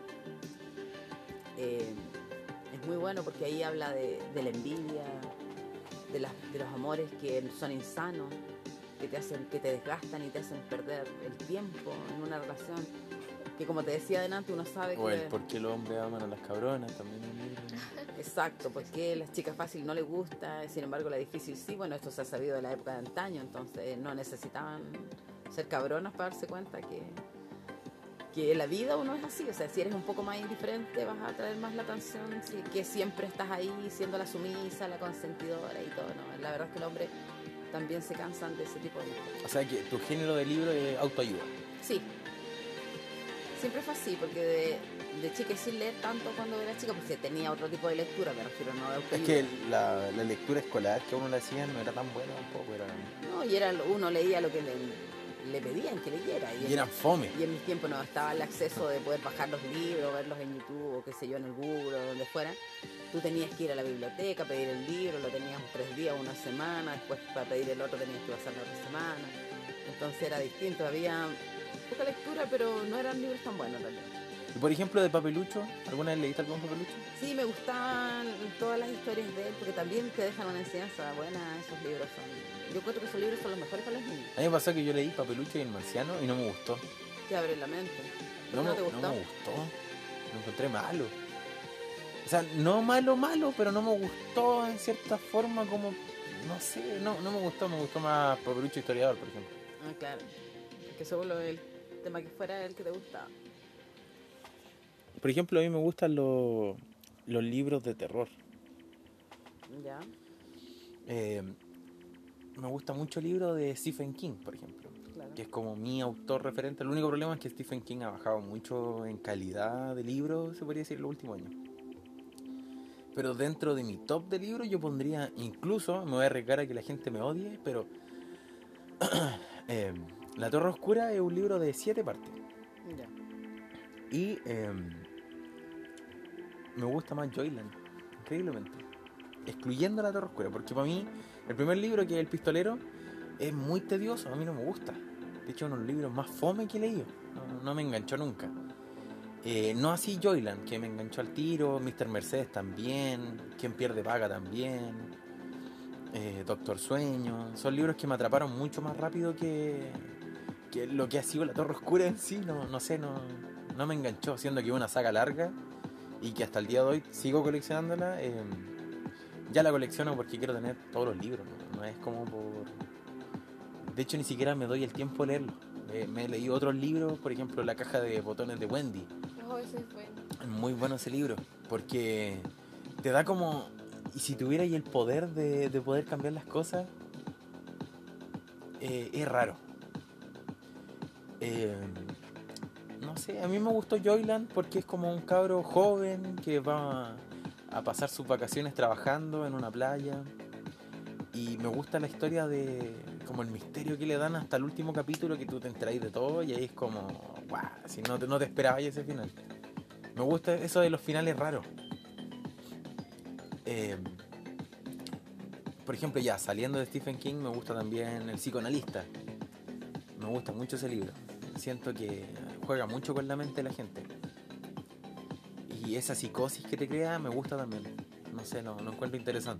Es muy bueno porque ahí habla de la envidia, de los amores que son insanos, que te desgastan y te hacen perder el tiempo en una relación, que como te decía adelante, uno sabe O el que... por qué los hombres aman a las cabronas también es un libro. Exacto, porque a las chicas fácil no les gusta, sin embargo la difícil sí. Bueno, esto se ha sabido de la época de antaño, entonces no necesitaban ser cabronas para darse cuenta que en la vida uno es así. O sea, si eres un poco más indiferente vas a atraer más la atención, que siempre estás ahí siendo la sumisa, la consentidora y todo, ¿no? La verdad es que los hombres también se cansan de ese tipo de cosas. O sea que tu género de libro es autoayuda. Sí, siempre fue así, porque de chica y sin leer tanto cuando era chica, porque tenía otro tipo de lectura, me refiero, no de Es autoayuda. que la lectura escolar que a uno le hacían no era tan buena tampoco, No, y uno leía lo que le pedían que leyera. y eran fome. Y en mis tiempos no estaba el acceso de poder bajar los libros, verlos en YouTube o qué sé yo, en el Google o donde fuera. Tú tenías que ir a la biblioteca, pedir el libro, lo tenías 3 días, una semana, después para pedir el otro tenías que pasar la otra semana. Entonces era distinto, había poca lectura, pero no eran libros tan buenos en realidad. Y por ejemplo, de Papelucho, ¿alguna vez leíste algún Papelucho? Sí, me gustaban todas las historias de él, porque también te dejan una enseñanza buena. Esos libros yo creo que esos libros son los mejores para los niños. A mí me pasó que yo leí Papelucho y el Marciano y no me gustó. Te abre la mente. No ¿No me te gustó? gustó. Lo encontré malo. O sea, no malo, pero no me gustó en cierta forma como... No sé, no me gustó. Me gustó más Papelucho Historiador, por ejemplo. Ah, claro. Que solo el tema que fuera el que te gustaba. Por ejemplo, a mí me gustan los libros de terror. Ya. Me gusta mucho el libro de Stephen King, por ejemplo, Claro. que es como mi autor referente. El único problema es que Stephen King ha bajado mucho en calidad de libros, se podría decir, en los últimos años. Pero dentro de mi top de libros yo pondría, incluso, me voy a arriesgar a que la gente me odie, pero La Torre Oscura es un libro de 7 partes. Ya. Y me gusta más Joyland, increíblemente. Excluyendo La Torre Oscura, porque para mí el primer libro, que es El Pistolero, es muy tedioso, a mí no me gusta. De hecho, es uno de los libros más fome que he leído. No me enganchó nunca. No así Joyland, que me enganchó al tiro. Mr. Mercedes también. Quien pierde paga también. Doctor Sueño. Son libros que me atraparon mucho más rápido que lo que ha sido La Torre Oscura en sí. No sé, no me enganchó, siendo que es una saga larga y que hasta el día de hoy sigo coleccionándola. Ya la colecciono porque quiero tener todos los libros, no es como por... De hecho, ni siquiera me doy el tiempo de leerlo. Me he leído otros libros, por ejemplo La Caja de Botones de Wendy. Oh, ese es bueno. Es muy bueno ese libro, porque te da como... Y si tuvierais el poder de poder cambiar las cosas, es raro. Eh, no sé, a mí me gustó Joyland porque es como un cabro joven que va a pasar sus vacaciones trabajando en una playa. Y me gusta la historia de como el misterio que le dan hasta el último capítulo, que tú te enteráis de todo y ahí es como, guau, si no te esperabas ese final. Me gusta eso de los finales raros. Eh, por ejemplo, ya saliendo de Stephen King, me gusta también El psicoanalista. Me gusta mucho ese libro. Siento que juega mucho con la mente de la gente. Y esa psicosis que te crea me gusta también. No sé, lo encuentro interesante.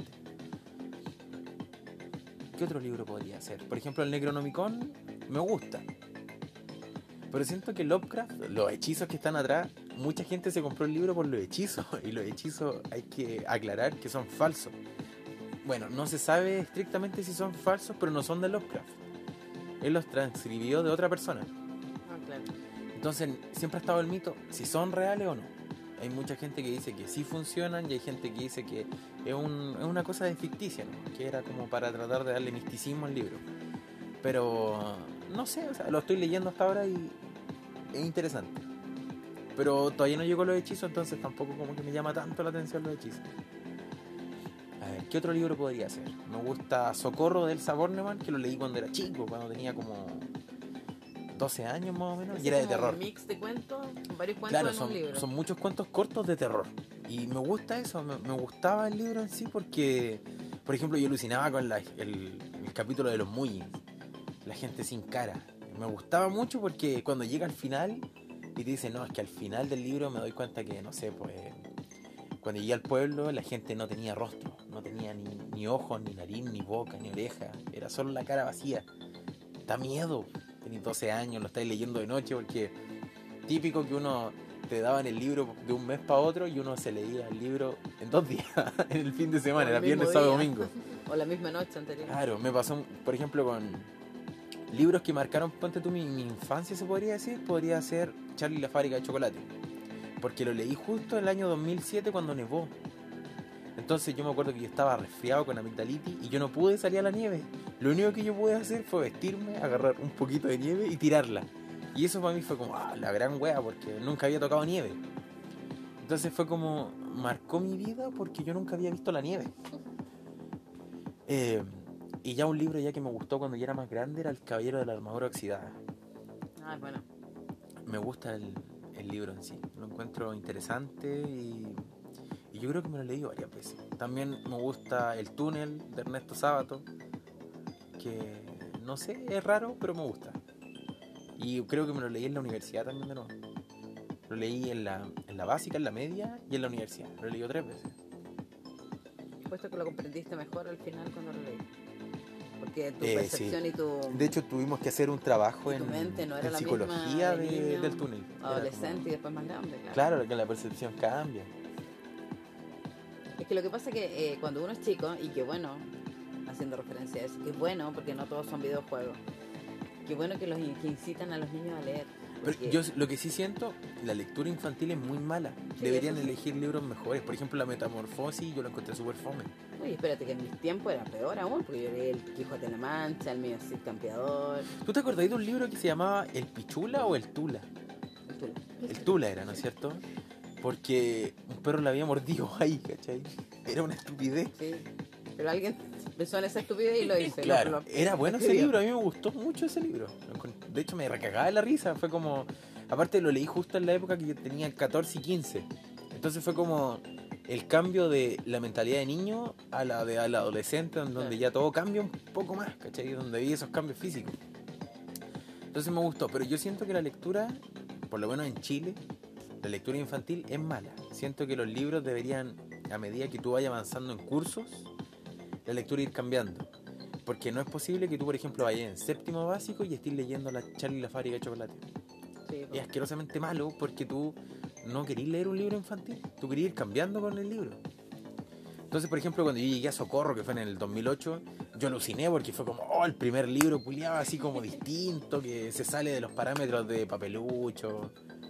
¿Qué otro libro podría ser? Por ejemplo, el Necronomicon me gusta. Pero siento que Lovecraft, los hechizos que están atrás, mucha gente se compró el libro por los hechizos. Y los hechizos hay que aclarar que son falsos. Bueno, no se sabe estrictamente si son falsos, pero no son de Lovecraft. Él los transcribió de otra persona. Ah, claro. Entonces siempre ha estado el mito si son reales o no. Hay mucha gente que dice que sí funcionan y hay gente que dice que es una cosa de ficticia, ¿no? Que era como para tratar de darle misticismo al libro. Pero no sé, o sea, lo estoy leyendo hasta ahora y es interesante. Pero todavía no llegó a los hechizos, entonces tampoco como que me llama tanto la atención los hechizos. A ver, ¿qué otro libro podría ser? Me gusta Socorro de Elsa Bornemann, que lo leí cuando era chico, cuando tenía como 12 años más o menos, y era de terror. Un mix de cuentos, varios cuentos Claro, en un libro. son muchos cuentos cortos de terror. Y me gusta eso, me gustaba el libro en sí porque, por ejemplo, yo alucinaba con el capítulo de los Muggins, la gente sin cara. Me gustaba mucho porque cuando llega al final y te dice, no, es que al final del libro me doy cuenta que, no sé, pues cuando llegué al pueblo la gente no tenía rostro, no tenía ni ojos, ni nariz, ni boca, ni oreja, era solo la cara vacía. Da miedo, tenés 12 años, lo estáis leyendo de noche porque típico que uno te daban el libro de un mes para otro y uno se leía el libro en 2 días, en el fin de semana, era viernes, sábado, domingo. O la misma noche anterior. Claro, me pasó, por ejemplo, con libros que marcaron, ponte tú, mi infancia, se podría decir, podría ser Charlie y la fábrica de chocolate. Porque lo leí justo en el año 2007 cuando nevó. Entonces yo me acuerdo que yo estaba resfriado con amigdalitis y yo no pude salir a la nieve. Lo único que yo pude hacer fue vestirme, agarrar un poquito de nieve y tirarla. Y eso para mí fue como, la gran wea, porque nunca había tocado nieve. Entonces fue como, marcó mi vida porque yo nunca había visto la nieve. Y ya un libro ya que me gustó cuando ya era más grande era El Caballero de la Armadura Oxidada. Ah, bueno. Me gusta el libro en sí. Lo encuentro interesante y yo creo que me lo he leído varias veces. También me gusta El Túnel de Ernesto Sábato, que no sé, es raro, pero me gusta. Y creo que me lo leí en la universidad también de nuevo. Lo leí en la básica, en la media y en la universidad. Lo he leído 3 veces. Puesto que lo comprendiste mejor al final cuando lo leí. Porque tu percepción sí. y tu... De hecho, tuvimos que hacer un trabajo tu mente no era en la psicología misma de niño, del túnel. adolescente y después más grande, claro. Claro, que la percepción cambia. Es que lo que pasa es que cuando uno es chico, y que bueno, haciendo referencia a eso, que es bueno porque no todos son videojuegos, que bueno que que incitan a los niños a leer. Pero yo lo que sí siento, la lectura infantil es muy mala. Sí, deberían eso sí. elegir libros mejores. Por ejemplo, La Metamorfosis yo lo encontré súper fome. Oye, espérate que en mis tiempos era peor aún, porque yo leí El Quijote de la Mancha, El mío Cid Campeador, ¿Tú te acordás de un libro que se llamaba El Pichula o El Tula? el Tula. El Tula era, ¿no es cierto? Porque un perro le había mordido ahí, ¿cachai? Era una estupidez. Sí, pero alguien pensó en esa estupidez y lo hizo. Claro, era bueno ese libro, a mí me gustó mucho ese libro. De hecho, me recagaba de la risa. Fue como. Aparte, lo leí justo en la época que yo tenía 14 y 15. Entonces, fue como el cambio de la mentalidad de niño a la de al adolescente, en donde ya todo cambia un poco más, ¿cachai? Donde vi esos cambios físicos. Entonces, me gustó. Pero yo siento que la lectura, por lo menos en Chile, la lectura infantil es mala. Siento que los libros deberían, a medida que tú vayas avanzando en cursos, la lectura ir cambiando. Porque no es posible que tú, por ejemplo, vayas en séptimo básico y estés leyendo la Charlie y la fábrica de chocolate. Sí, Es asquerosamente malo porque tú no querís leer un libro infantil, tú querís ir cambiando con el libro. Entonces, por ejemplo, cuando yo llegué a Socorro, que fue en el 2008, yo aluciné porque fue como, el primer libro culiado así como distinto, que se sale de los parámetros de Papelucho.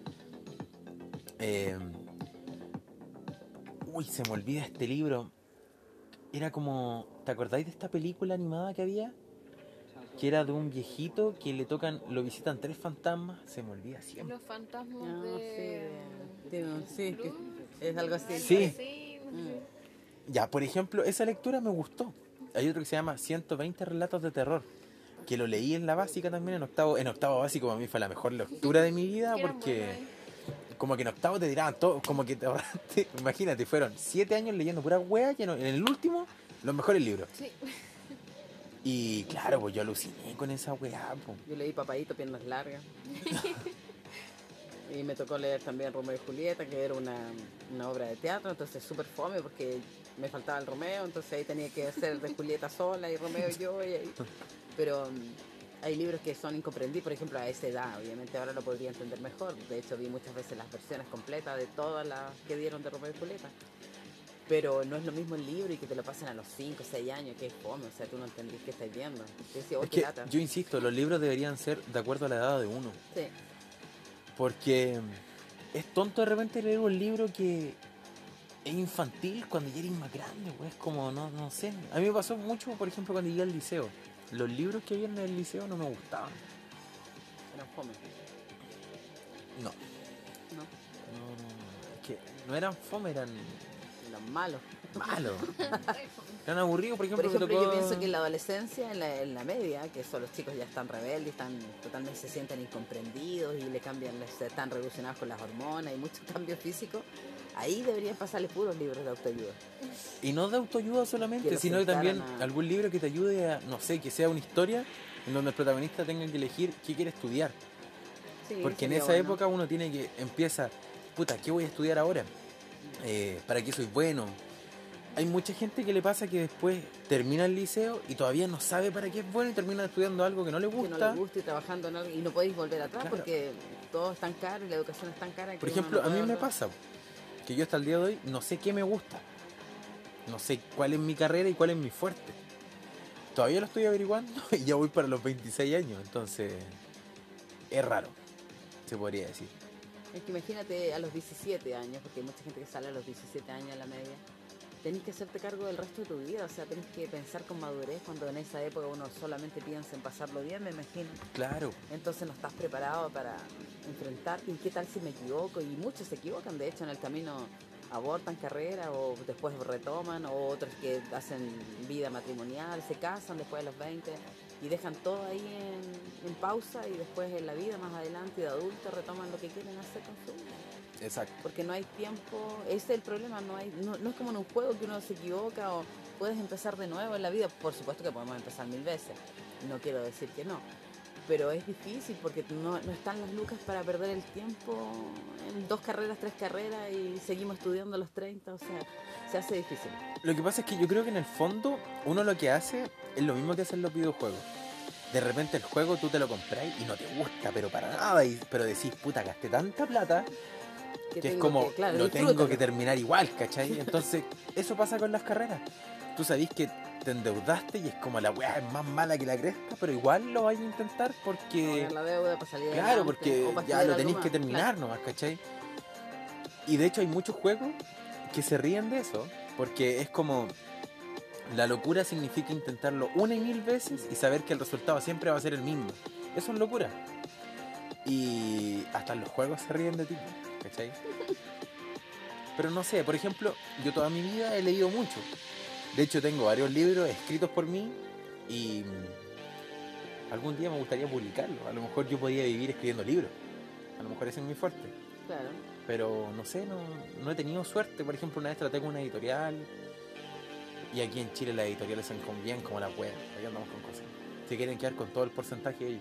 Se me olvida este libro. Era como, ¿te acordáis de esta película animada que había? que era de un viejito que le tocan, lo visitan 3 fantasmas, se me olvida siempre. Los fantasmas Ah, de... sí, Blue, es algo así. Sí. así, no Mm. sé. Ya, por ejemplo, esa lectura me gustó. Hay otro que se llama 120 relatos de terror, que lo leí en la básica también, en octavo básico. Para mí fue la mejor lectura de mi vida, Que eran porque buenos, como que en octavo te tiraban todo, como que te ahorraste, imagínate, fueron 7 años leyendo puras weas, y en el último, los mejores libros. Sí. Y claro, pues yo aluciné con esa wea, pues. Yo leí Papadito, Piernas Largas. Y me tocó leer también Romeo y Julieta, que era una obra de teatro, entonces súper fome porque me faltaba el Romeo, entonces ahí tenía que hacer de Julieta sola y Romeo yo. Y ahí. Pero hay libros que son incomprendidos, por ejemplo, a esa edad, obviamente ahora lo podría entender mejor. De hecho, vi muchas veces las versiones completas de todas las que dieron de Romeo y Julieta. Pero no es lo mismo el libro y que te lo pasen a los 5 o 6 años, que es fome, o sea, tú no entendís qué estáis viendo. Te decía, oh, Es qué que lata. yo insisto, los libros deberían ser de acuerdo a la edad de uno. Sí. Porque es tonto de repente leer un libro que es infantil cuando ya eres más grande, güey. Es como, no sé. A mí me pasó mucho, por ejemplo, cuando llegué al liceo. Los libros que había en el liceo no me gustaban. Eran fome. No, ¿No? es que no eran fome, eran Eran malos. malos. Eran aburridos, por Por ejemplo, ejemplo, me tocó... yo pienso que en la adolescencia, en la media, que son los chicos ya están rebeldes, están totalmente se sienten incomprendidos y le cambian, están revolucionados con las hormonas y muchos cambios físicos, ahí deberían pasarles puros libros de autoayuda. Y no de autoayuda Que solamente, lo sino que también sentaran a- algún libro que te ayude a, no sé, que sea una historia en donde el protagonista tenga que elegir qué quiere estudiar. Sí, Porque en sería esa bueno. época uno tiene que, empieza, puta, ¿qué voy a estudiar ahora? ¿Para qué soy bueno? Hay mucha gente que le pasa que después termina el liceo y todavía no sabe para qué es bueno y termina estudiando algo que no le Que gusta. no les gusta y trabajando en algo y no podéis volver atrás Claro. porque todo es tan caro y la educación es tan cara que Por uno ejemplo, no a mí puede me volver. pasa que yo hasta el día de hoy no sé qué me gusta. No sé cuál es mi carrera y cuál es mi fuerte. Todavía lo estoy averiguando y ya voy para los 26 años, entonces es raro, se podría decir. Es que imagínate a los 17 años, porque hay mucha gente que sale a los 17 años en la media, tenés que hacerte cargo del resto de tu vida, o sea, tenés que pensar con madurez cuando en esa época uno solamente piensa en pasarlo bien, me imagino. Claro, Entonces no estás preparado para enfrentarte y qué tal si me equivoco, y muchos se equivocan, de hecho en el camino abortan carrera o después retoman, o otros que hacen vida matrimonial, se casan después de los 20 y dejan todo ahí en pausa y después en la vida más adelante de adulto retoman lo que quieren hacer con su vida. exacto. Porque no hay tiempo, ese es el problema, no es como en un juego que uno se equivoca o puedes empezar de nuevo en la vida, por supuesto que podemos empezar 1000 veces, no quiero decir que no, pero es difícil porque no están las lucas para perder el tiempo en 2 carreras, 3 carreras y seguimos estudiando a los 30, o sea, se hace difícil. Lo que pasa es que yo creo que en el fondo uno lo que hace es lo mismo que hacen los videojuegos. De repente el juego tú te lo compras y no te gusta, pero para nada, pero decís, puta, gasté tanta plata que es tengo como, claro, lo tengo disfrútalo. que terminar igual, ¿cachai? Entonces, eso pasa con las carreras. Tú sabís que te endeudaste y es como la weá es más mala que la cresta, pero igual lo vais a intentar porque... Pagar la deuda para salir Claro, adelante, porque o para ya estudiar lo algo tenéis más, que terminar nomás, ¿cachai? Y de hecho hay muchos juegos que se ríen de eso, porque es como... La locura significa intentarlo 1.000 veces y saber que el resultado siempre va a ser el mismo. Eso es locura. Y hasta en los juegos se ríen de ti, ¿cachai? Pero no sé, por ejemplo, yo toda mi vida he leído mucho. De hecho tengo varios libros escritos por mí y algún día me gustaría publicarlos. A lo mejor yo podría vivir escribiendo libros. A lo mejor ese es mi fuerte. claro. Pero no sé, no he tenido suerte. Por ejemplo, una vez traté con una editorial y aquí en Chile las editoriales se convienen como la web. Aquí andamos con cosas. Se quieren quedar con todo el porcentaje de ellos.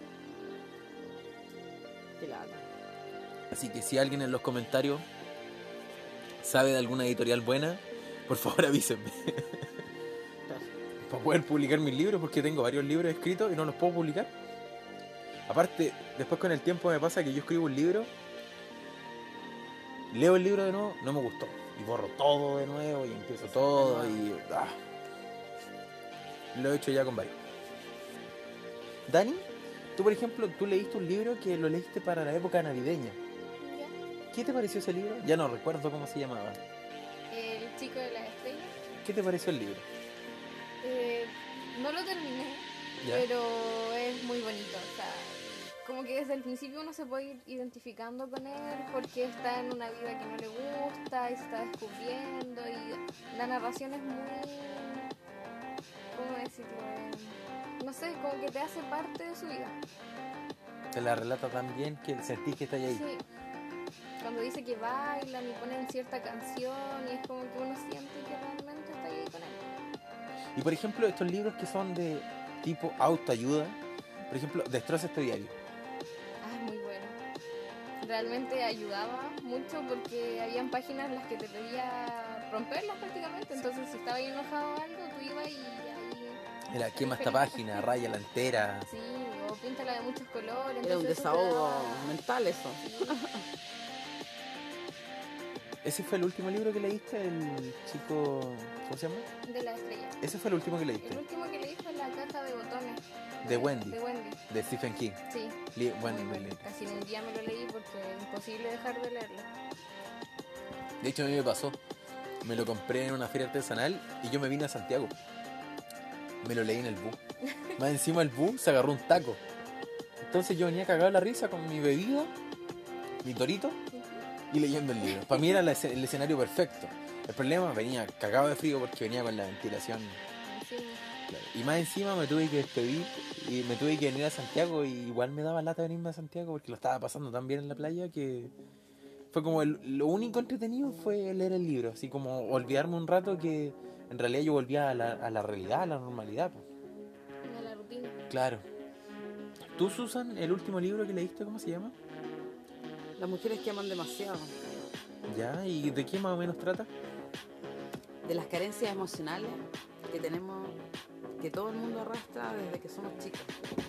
Qué lata. Así que si alguien en los comentarios sabe de alguna editorial buena, por favor avísenme. Claro. Para poder publicar mis libros, porque tengo varios libros escritos y no los puedo publicar. Aparte, después con el tiempo me pasa que yo escribo un libro, leo el libro de nuevo, no me gustó. Y borro todo de nuevo y empiezo todo y... Lo he hecho ya con varios. Dani, tú por ejemplo, tú leíste un libro que lo leíste para la época navideña. ¿Ya? ¿Qué te pareció ese libro? Ya no recuerdo cómo se llamaba. El chico de las estrellas. ¿Qué te pareció el libro? No lo terminé, Ya. pero es muy bonito. O sea, como que desde el principio uno se puede ir identificando con él porque está en una vida que no le gusta y se está descubriendo y la narración es muy, ¿cómo decirlo? No sé, como que te hace parte de su vida. Te la relata tan bien que sentís que estás ahí. Sí. Cuando dice que bailan y ponen cierta canción y es como que uno siente que realmente está ahí con él. Y por ejemplo, estos libros que son de tipo autoayuda, por ejemplo, Destroza este diario. Ah, es muy bueno. Realmente ayudaba mucho porque habían páginas en las que te pedía romperlas prácticamente. Entonces, si estaba ahí enojado o algo, tú ibas y ahí. Mira, quema esta feliz. página, raya la entera. Sí, o píntala de muchos colores. Era un entonces eso te desahogo daba- mental eso. ¿Ese fue el último libro que leíste? El chico... ¿Cómo se llama? De la estrella. Ese fue el último que El leíste. último que leí fue La caja de botones. De Wendy. De Wendy. De Stephen King. Sí. Bueno, Muy muy bueno. lindo. Casi en un día me lo leí porque es imposible dejar de leerlo. De hecho, a mí me pasó. Me lo compré en una feria artesanal y yo me vine a Santiago. Me lo leí en el bus. Más encima el bus se agarró un taco. Entonces yo venía cagado de la risa con mi bebida, mi torito y leyendo el libro. Para mí era el escenario perfecto. El problema venía cagado de frío porque venía con la ventilación. Sí. Claro. Y más encima me tuve que despedir y me tuve que venir a Santiago y igual me daba lata venirme a Santiago porque lo estaba pasando tan bien en la playa que fue como lo único entretenido fue leer el libro, así como olvidarme un rato que en realidad yo volvía a la realidad, a la normalidad. Pues. A la rutina. Claro. ¿Tú, Susan, el último libro que leíste, cómo se llama? Las mujeres que aman demasiado. ¿Ya? ¿Y de qué más o menos trata? De las carencias emocionales que tenemos, que todo el mundo arrastra desde que somos chicos.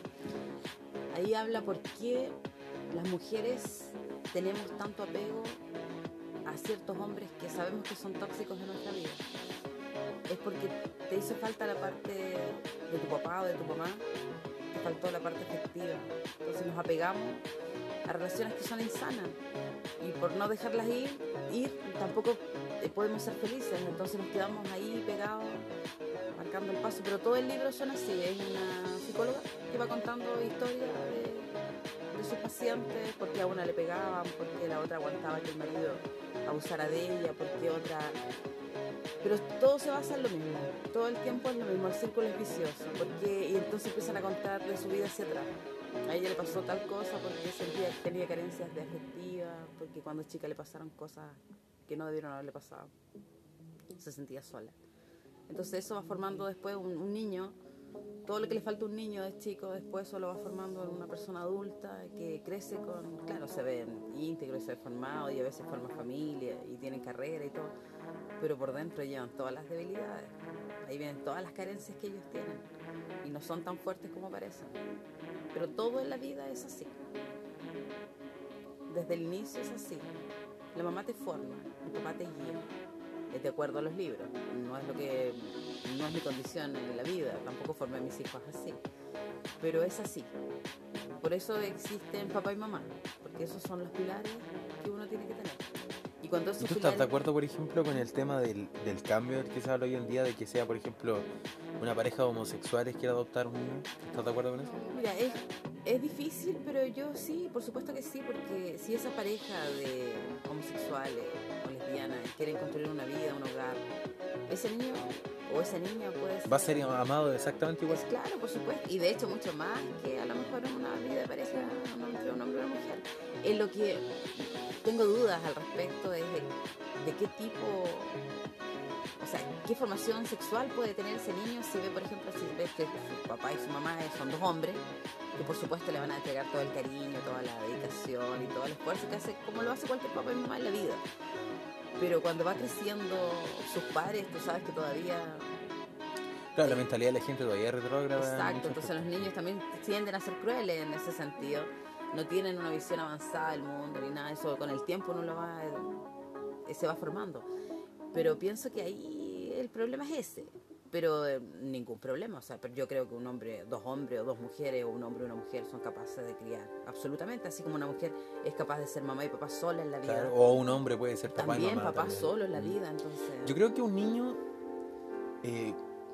Ahí habla por qué las mujeres tenemos tanto apego a ciertos hombres que sabemos que son tóxicos en nuestra vida. Es porque te hizo falta la parte de tu papá o de tu mamá, te faltó la parte afectiva. Entonces nos apegamos a relaciones que son insanas y por no dejarlas ir tampoco podemos ser felices. Entonces nos quedamos ahí pegados, marcando el paso. Pero todo el libro son así, es una psicóloga que va contando historias de sus pacientes, porque a una le pegaban, porque la otra aguantaba que el marido abusara de ella, porque otra... Pero todo se basa en lo mismo, todo el tiempo es lo mismo, el círculo es vicioso, porque, y entonces empiezan a contar de su vida hacia atrás. A ella le pasó tal cosa porque sentía que tenía carencias de afectiva, porque cuando chica le pasaron cosas que no debieron haberle pasado, se sentía sola. Entonces eso va formando después un niño, todo lo que le falta a un niño de chico, después eso lo va formando en una persona adulta que crece con, claro, se ve íntegro y se ve formado y a veces forma familia y tiene carrera y todo, pero por dentro llevan todas las debilidades, ahí vienen todas las carencias que ellos tienen y no son tan fuertes como parecen, pero todo en la vida es así, desde el inicio es así, la mamá te forma, el papá te guía, es de acuerdo a los libros, no es mi condición en la vida, tampoco formé a mis hijos así, pero es así, por eso existen papá y mamá, porque esos son los pilares que uno tiene que tener. Y cuando esos ¿Y tú estás pilares... de acuerdo, por ejemplo, con el tema del cambio del que se habla hoy en día, de que sea, por ejemplo, una pareja de homosexuales quiera adoptar un niño? ¿Estás de acuerdo con eso? Mira, es difícil, pero yo sí, por supuesto que sí, porque si esa pareja de homosexuales o lesbianas quieren construir una vida, un hogar, ese niño o esa niña puede ser... Va a ser amado exactamente igual. Pues claro, por supuesto, y de hecho mucho más que a lo mejor en una vida de pareja entre un hombre y una mujer. En lo que tengo dudas al respecto es de qué tipo, o sea, qué formación sexual puede tener ese niño si ve, por ejemplo, si ves que su papá y su mamá son dos hombres, que por supuesto le van a entregar todo el cariño, toda la dedicación y todo el esfuerzo que hace, como lo hace cualquier papá y mamá en la vida. Pero cuando va creciendo sus padres, tú sabes que todavía... Claro, la mentalidad de la gente todavía es retrógrada. Exacto, entonces los niños también tienden a ser crueles en ese sentido. No tienen una visión avanzada del mundo ni nada de eso. Con el tiempo uno se va formando. Pero pienso que ahí el problema es ese. Pero ningún problema. O sea, pero yo creo que un hombre, dos hombres o dos mujeres, o un hombre y una mujer son capaces de criar. Absolutamente. Así como una mujer es capaz de ser mamá y papá sola en la vida. Claro, o un hombre puede ser papá también y mamá. papá También. solo en la vida. Entonces... Yo creo que un niño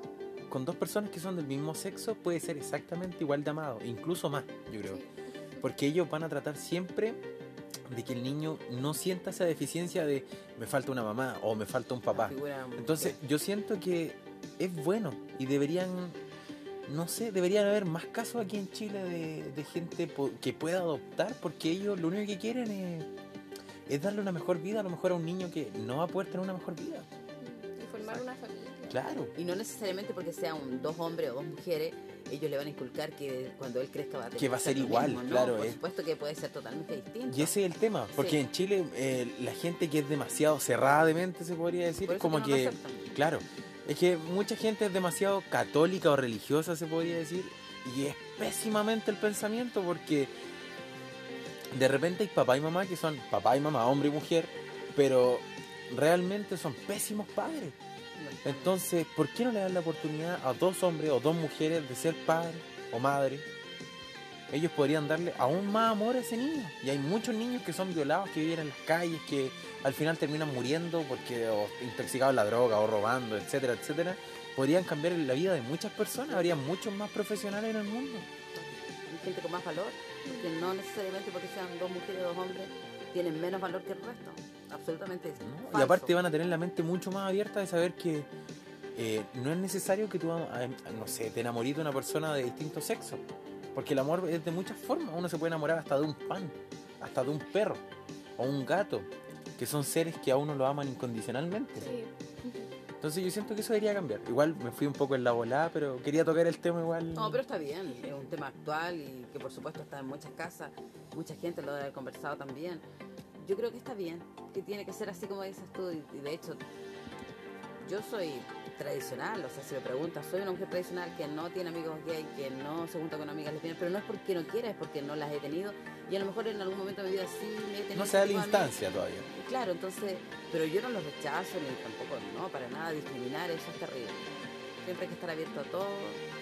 con dos personas que son del mismo sexo puede ser exactamente igual de amado, incluso más, yo creo. Sí. Porque ellos van a tratar siempre de que el niño no sienta esa deficiencia de me falta una mamá o me falta un papá. Figura, Entonces yo siento que es bueno y deberían, no sé, deberían haber más casos aquí en Chile de gente que pueda adoptar, porque ellos lo único que quieren es darle una mejor vida a lo mejor a un niño que no va a poder tener una mejor vida. Y formar una familia. Claro. y no necesariamente porque sean dos hombres o dos mujeres, ellos le van a inculcar que cuando él crezca va a tener Que va a ser lo igual, mismo, ¿no? claro, Por supuesto que puede ser totalmente distinto. Y ese es el tema, porque Sí. en Chile la gente que es demasiado cerrada de mente, se podría decir, Por es eso como que no lo que, aceptan. claro, es que mucha gente es demasiado católica o religiosa, se podría decir, y es pésimamente el pensamiento, porque de repente hay papá y mamá que son papá y mamá, hombre y mujer, pero realmente son pésimos padres. Entonces, ¿por qué no le dan la oportunidad a dos hombres o dos mujeres de ser padre o madre? Ellos podrían darle aún más amor a ese niño. Y hay muchos niños que son violados, que viven en las calles, que al final terminan muriendo porque o intoxicados en la droga o robando, etcétera, etcétera. Podrían cambiar la vida de muchas personas, habría muchos más profesionales en el mundo. Hay gente con más valor, porque no necesariamente porque sean dos mujeres o dos hombres tienen menos valor que el resto. Absolutamente ¿No? Y falso. aparte van a tener la mente mucho más abierta de saber que no es necesario que tú, no sé, te enamores de una persona de distinto sexo. Porque el amor es de muchas formas. Uno se puede enamorar hasta de un pan, hasta de un perro o un gato, que son seres que a uno lo aman incondicionalmente. Sí. Entonces yo siento que eso debería cambiar. Igual me fui un poco en la volada, pero quería tocar el tema igual. No, pero está bien, es un tema actual y que por supuesto está en muchas casas, mucha gente lo debe haber conversado también. Yo creo que está bien, que tiene que ser así como dices tú, y de hecho yo soy tradicional, o sea, si me preguntas, soy una mujer tradicional que no tiene amigos gay, que no se junta con amigas lesbianas, pero no es porque no quiera, es porque no las he tenido, y a lo mejor en algún momento de mi vida sí me he tenido. No se da la ese tipo de instancia todavía. amigos. Claro, entonces, pero yo no los rechazo, ni tampoco, no, para nada discriminar, eso es terrible. Siempre hay que estar abierto a todo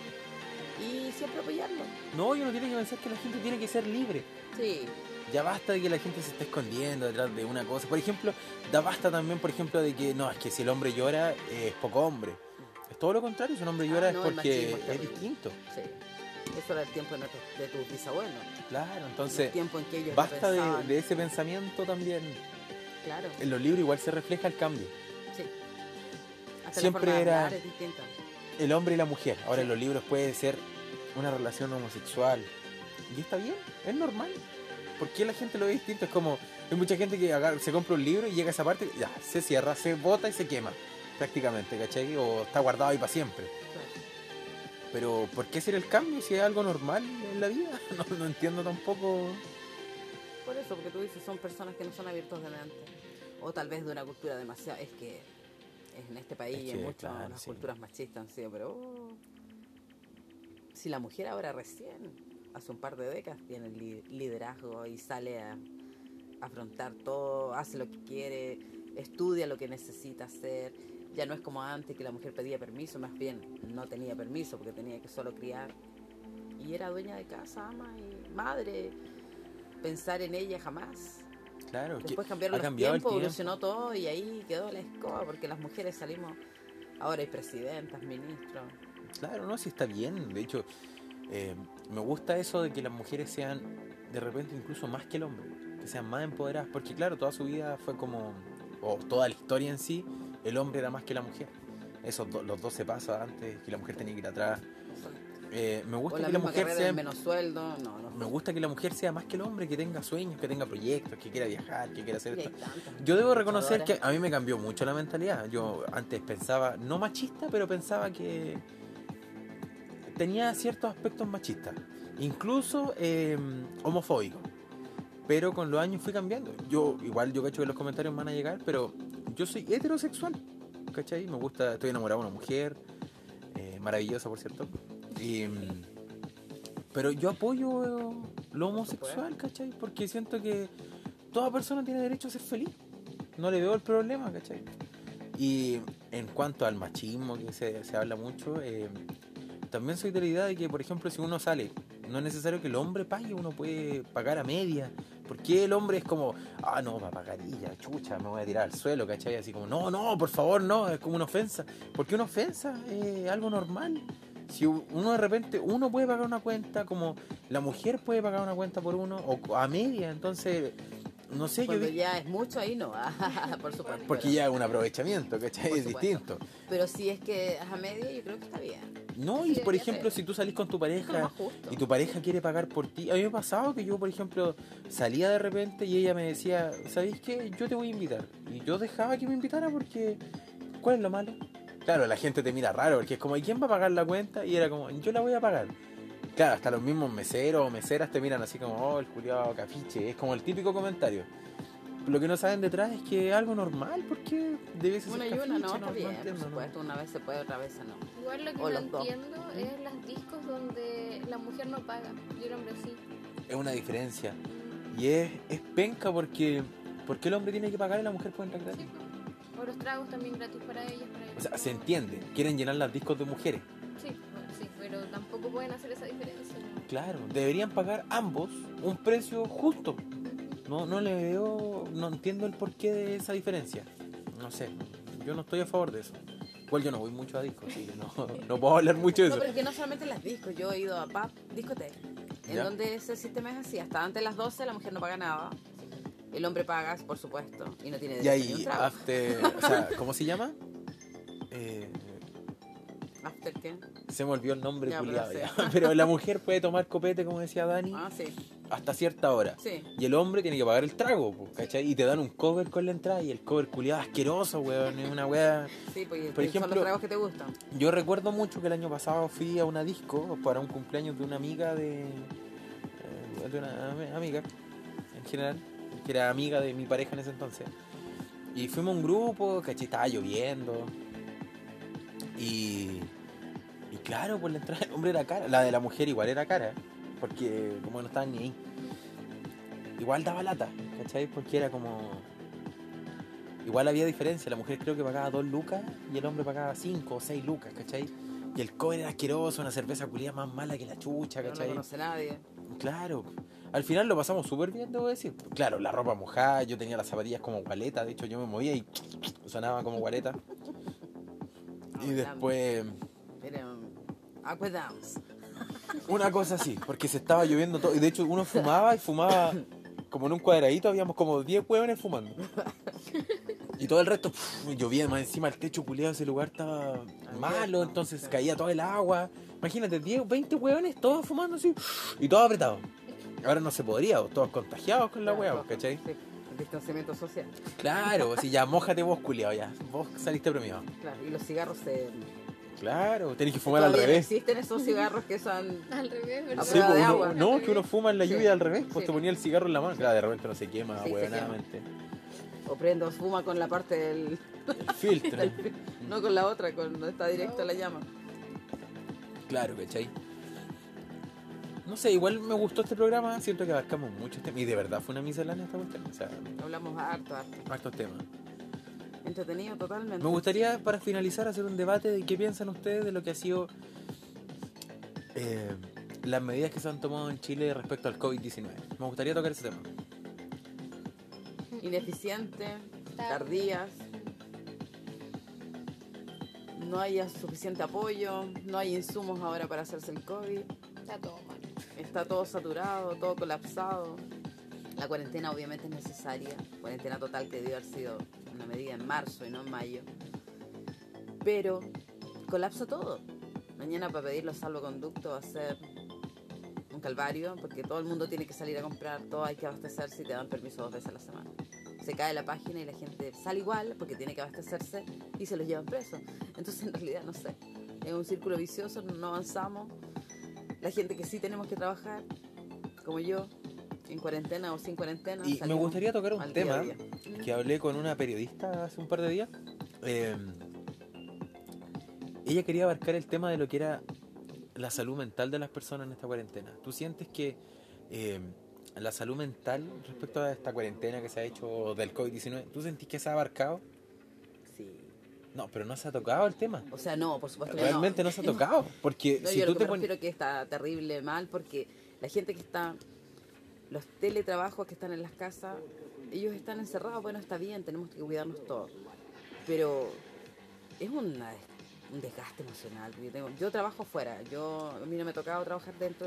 y siempre apoyarlo. No, yo no tiene que pensar que la gente tiene que ser libre. Sí, Ya basta de que la gente se esté escondiendo detrás de una cosa. Por ejemplo, da basta también, por ejemplo, de que no, es que si el hombre llora es poco hombre. Es todo lo contrario, si un hombre llora no, es el porque machismo es es terrible. distinto. sí. Eso era el tiempo de tus bisabuelos. Claro, El entonces tiempo en que ellos basta no pensaban. de ese pensamiento también. Claro, En los libros igual se refleja el cambio. sí. Hasta Siempre la forma de era- hablar es distinta. El hombre y la mujer. Ahora Sí. en los libros puede ser una relación homosexual. Y está bien, es normal. ¿Por qué la gente lo ve distinto? Es como, hay mucha gente que se compra un libro y llega a esa parte, ya, se cierra, se bota y se quema. Prácticamente, ¿cachai? O está guardado ahí para siempre. Claro. Pero, ¿por qué hacer el cambio si es algo normal en la vida? No entiendo tampoco. Por eso, porque tú dices, son personas que no son abiertos de mente. O tal vez de una cultura demasiado. Es que en este país Es y que, en muchas claro, las sí. culturas machistas han sido, pero. Si la mujer ahora recién, hace un par de décadas, tiene liderazgo y sale a afrontar todo, hace lo que quiere, estudia lo que necesita hacer. Ya no es como antes que la mujer pedía permiso, más bien no tenía permiso porque tenía que solo criar. Y era dueña de casa, ama y madre. Pensar en ella jamás. Claro, es que Después cambiaron ha los cambiado el tiempos, tiempo. evolucionó todo y ahí quedó la escoba porque las mujeres salimos. Ahora hay presidentas, ministros. Claro, no, sí está bien. De hecho, me gusta eso de que las mujeres sean de repente incluso más que el hombre, que sean más empoderadas, porque claro, toda su vida fue como, o toda la historia en sí, el hombre era más que la mujer. Los dos se pasan antes, que la mujer tenía que ir atrás. Me O gusta la que la misma mujer carrera sea, del menos sueldo. No. me gusta que la mujer sea más que el hombre, que tenga sueños, que tenga proyectos, que quiera viajar, que quiera hacer Y hay esto. tantas Yo debo reconocer luchadoras. que a mí me cambió mucho la mentalidad. Yo antes pensaba, no machista, pero pensaba que tenía ciertos aspectos machistas, incluso homofóbicos. Pero con los años fui cambiando. Yo cacho que los comentarios van a llegar, pero yo soy heterosexual, ¿cachai? Me gusta, estoy enamorado de una mujer, maravillosa por cierto. Pero yo apoyo lo homosexual, ¿cachai? Porque siento que toda persona tiene derecho a ser feliz. No le veo el problema, ¿cachai? Y en cuanto al machismo, que se habla mucho, también soy de la idea de que, por ejemplo, si uno sale, no es necesario que el hombre pague, uno puede pagar a media, ¿Por qué el hombre es como, no, va a pagar y ya, chucha, me voy a tirar al suelo, ¿cachai? Así como, no, por favor, no, es como una ofensa. ¿Por qué una ofensa? Es algo normal. Si uno de repente, uno puede pagar una cuenta, como la mujer puede pagar una cuenta por uno, o a media, entonces, no sé, Cuando ya es mucho, ahí no, por supuesto. porque pero, ya es un aprovechamiento, ¿cachai? por Es supuesto. distinto. Pero si es que es a media, yo creo que está bien. No, Sí, y por debería ejemplo, ser. si tú salís con tu Esto es lo pareja más justo. y tu pareja quiere pagar por ti, a mí me ha pasado que yo, por ejemplo, salía de repente y ella me decía, ¿sabéis qué? Yo te voy a invitar. Y yo dejaba que me invitara porque, ¿cuál es lo malo? Claro, la gente te mira raro porque es como, ¿y quién va a pagar la cuenta? Y era como, yo la voy a pagar. Claro, hasta los mismos meseros o meseras te miran así como, oh, el culiao cafiche. Es como el típico comentario. Lo que no saben detrás es que es algo normal, porque debe ser Una y cafiche, una, no, está bien, entiendo, por ¿no? supuesto. Una vez se puede, otra vez no. Igual lo que O no los dos. entiendo es las discos donde la mujer no paga y el hombre sí. Es una diferencia. Y es penca porque el hombre tiene que pagar y la mujer puede entrar gratis. Sí, pues. O los tragos también gratis para ellas. Para ellos. O sea, se entiende. Quieren llenar las discos de mujeres. Sí, bueno, sí, pero tampoco pueden hacer esa diferencia. Claro, deberían pagar ambos un precio justo. No le veo, no entiendo el porqué de esa diferencia. No sé, yo no estoy a favor de eso. Igual yo no voy mucho a discos, así que no puedo hablar mucho de No, eso. pero es que no solamente en las discos, yo he ido a pub, discoteca, en ¿Ya? donde ese sistema es así, hasta antes de las 12 la mujer no paga nada, el hombre paga, por supuesto, y no tiene Y derecho ni un ahí, trago. o sea, ¿cómo se llama? ¿After qué? Se me olvidó el nombre, Ya, pero culiado, sí. ya. Pero la mujer puede tomar copete, como decía Dani, Ah, sí, hasta cierta hora. sí. Y el hombre tiene que pagar el trago, po, ¿cachai? Y te dan un cover con la entrada y el cover culiado asqueroso, weón. Es una weá. Sí, porque Por son ejemplo, los tragos que te gustan. Yo recuerdo mucho que el año pasado fui a una disco para un cumpleaños de una amiga de una amiga en general, que era amiga de mi pareja en ese entonces. Y fuimos a un grupo, ¿cachai? Estaba lloviendo. Y claro, pues la entrada del hombre era cara. La de la mujer igual era cara, porque como no estaban ni ahí. Igual daba lata, ¿cachai? Porque era como... Igual había diferencia, la mujer creo que pagaba 2 lucas y el hombre pagaba 5 o 6 lucas, ¿cachai? Y el cover era asqueroso, una cerveza culiada más mala que la chucha, Pero no ¿cachai? conoce a nadie. Claro, al final lo pasamos súper bien, debo decir. Claro, la ropa mojada, yo tenía las zapatillas como gualeta, de hecho yo me movía y sonaba como gualeta. Y después, Era Aqua Downs. una cosa así, porque se estaba lloviendo todo. Y de hecho uno fumaba y fumaba como en un cuadradito, habíamos como 10 hueones fumando. Y todo el resto llovía más encima, el techo culiado, ese lugar estaba malo, entonces caía todo el agua. Imagínate, 10, 20 hueones, todos fumando así, y todos apretados. Ahora no se podría, todos contagiados con la hueá, ¿cachai? Sí, el distanciamiento social. Claro, si ya mójate vos, culiado, ya. Vos saliste premiado. Claro, y los cigarros se... Claro, tenés que fumar al Todavía no revés. existen esos cigarros que son... Al revés, ¿verdad? A Sí, prueba pues de uno- agua. no, que uno fuma en la Sí. lluvia al revés, pues Sí. te ponía el cigarro en la mano. Claro, de repente no se quema, Sí, se huevonadamente. O prendo, fuma con la parte del... Filtro. No con la otra, con donde está directo la llama. Claro, ¿cachai? No sé, igual me gustó este programa, siento que abarcamos muchos temas. Y de verdad fue una miscelánea esta cuestión. O sea, Hablamos harto. hartos temas. Entretenido totalmente. Me gustaría, para finalizar, hacer un debate de qué piensan ustedes de lo que ha sido las medidas que se han tomado en Chile respecto al COVID-19. Me gustaría tocar ese tema. Ineficiente, tardías, no hay suficiente apoyo, no hay insumos ahora para hacerse el COVID, Está todo mal. está todo saturado, todo colapsado. La cuarentena obviamente es necesaria, cuarentena total que debió haber sido una medida en marzo y no en mayo. Pero colapsa todo. Mañana para pedir los salvoconductos va a ser un calvario porque todo el mundo tiene que salir a comprar, todo hay que abastecerse y te dan permiso 2 veces a la semana. Se cae la página y la gente sale igual porque tiene que abastecerse y se los llevan presos. Entonces en realidad no sé, es un círculo vicioso, no avanzamos. La gente que sí tenemos que trabajar, como yo, en cuarentena o sin cuarentena. Y me salimos gustaría tocar un al día a tema día. que hablé con una periodista hace un par de días. Ella quería abarcar el tema de lo que era la salud mental de las personas en esta cuarentena. ¿Tú sientes que la salud mental respecto a esta cuarentena que se ha hecho del COVID-19, ¿tú sentís que se ha abarcado? Sí. No, pero no se ha tocado el tema. O sea, no, por supuesto que Realmente no se ha tocado. Porque No, si yo tú lo que te me pones... refiero es que está terrible mal porque la gente que está los teletrabajos que están en las casas, ellos están encerrados, bueno, está bien, tenemos que cuidarnos todos, pero es un desgaste emocional. Yo trabajo fuera, a mí no me ha tocado trabajar dentro,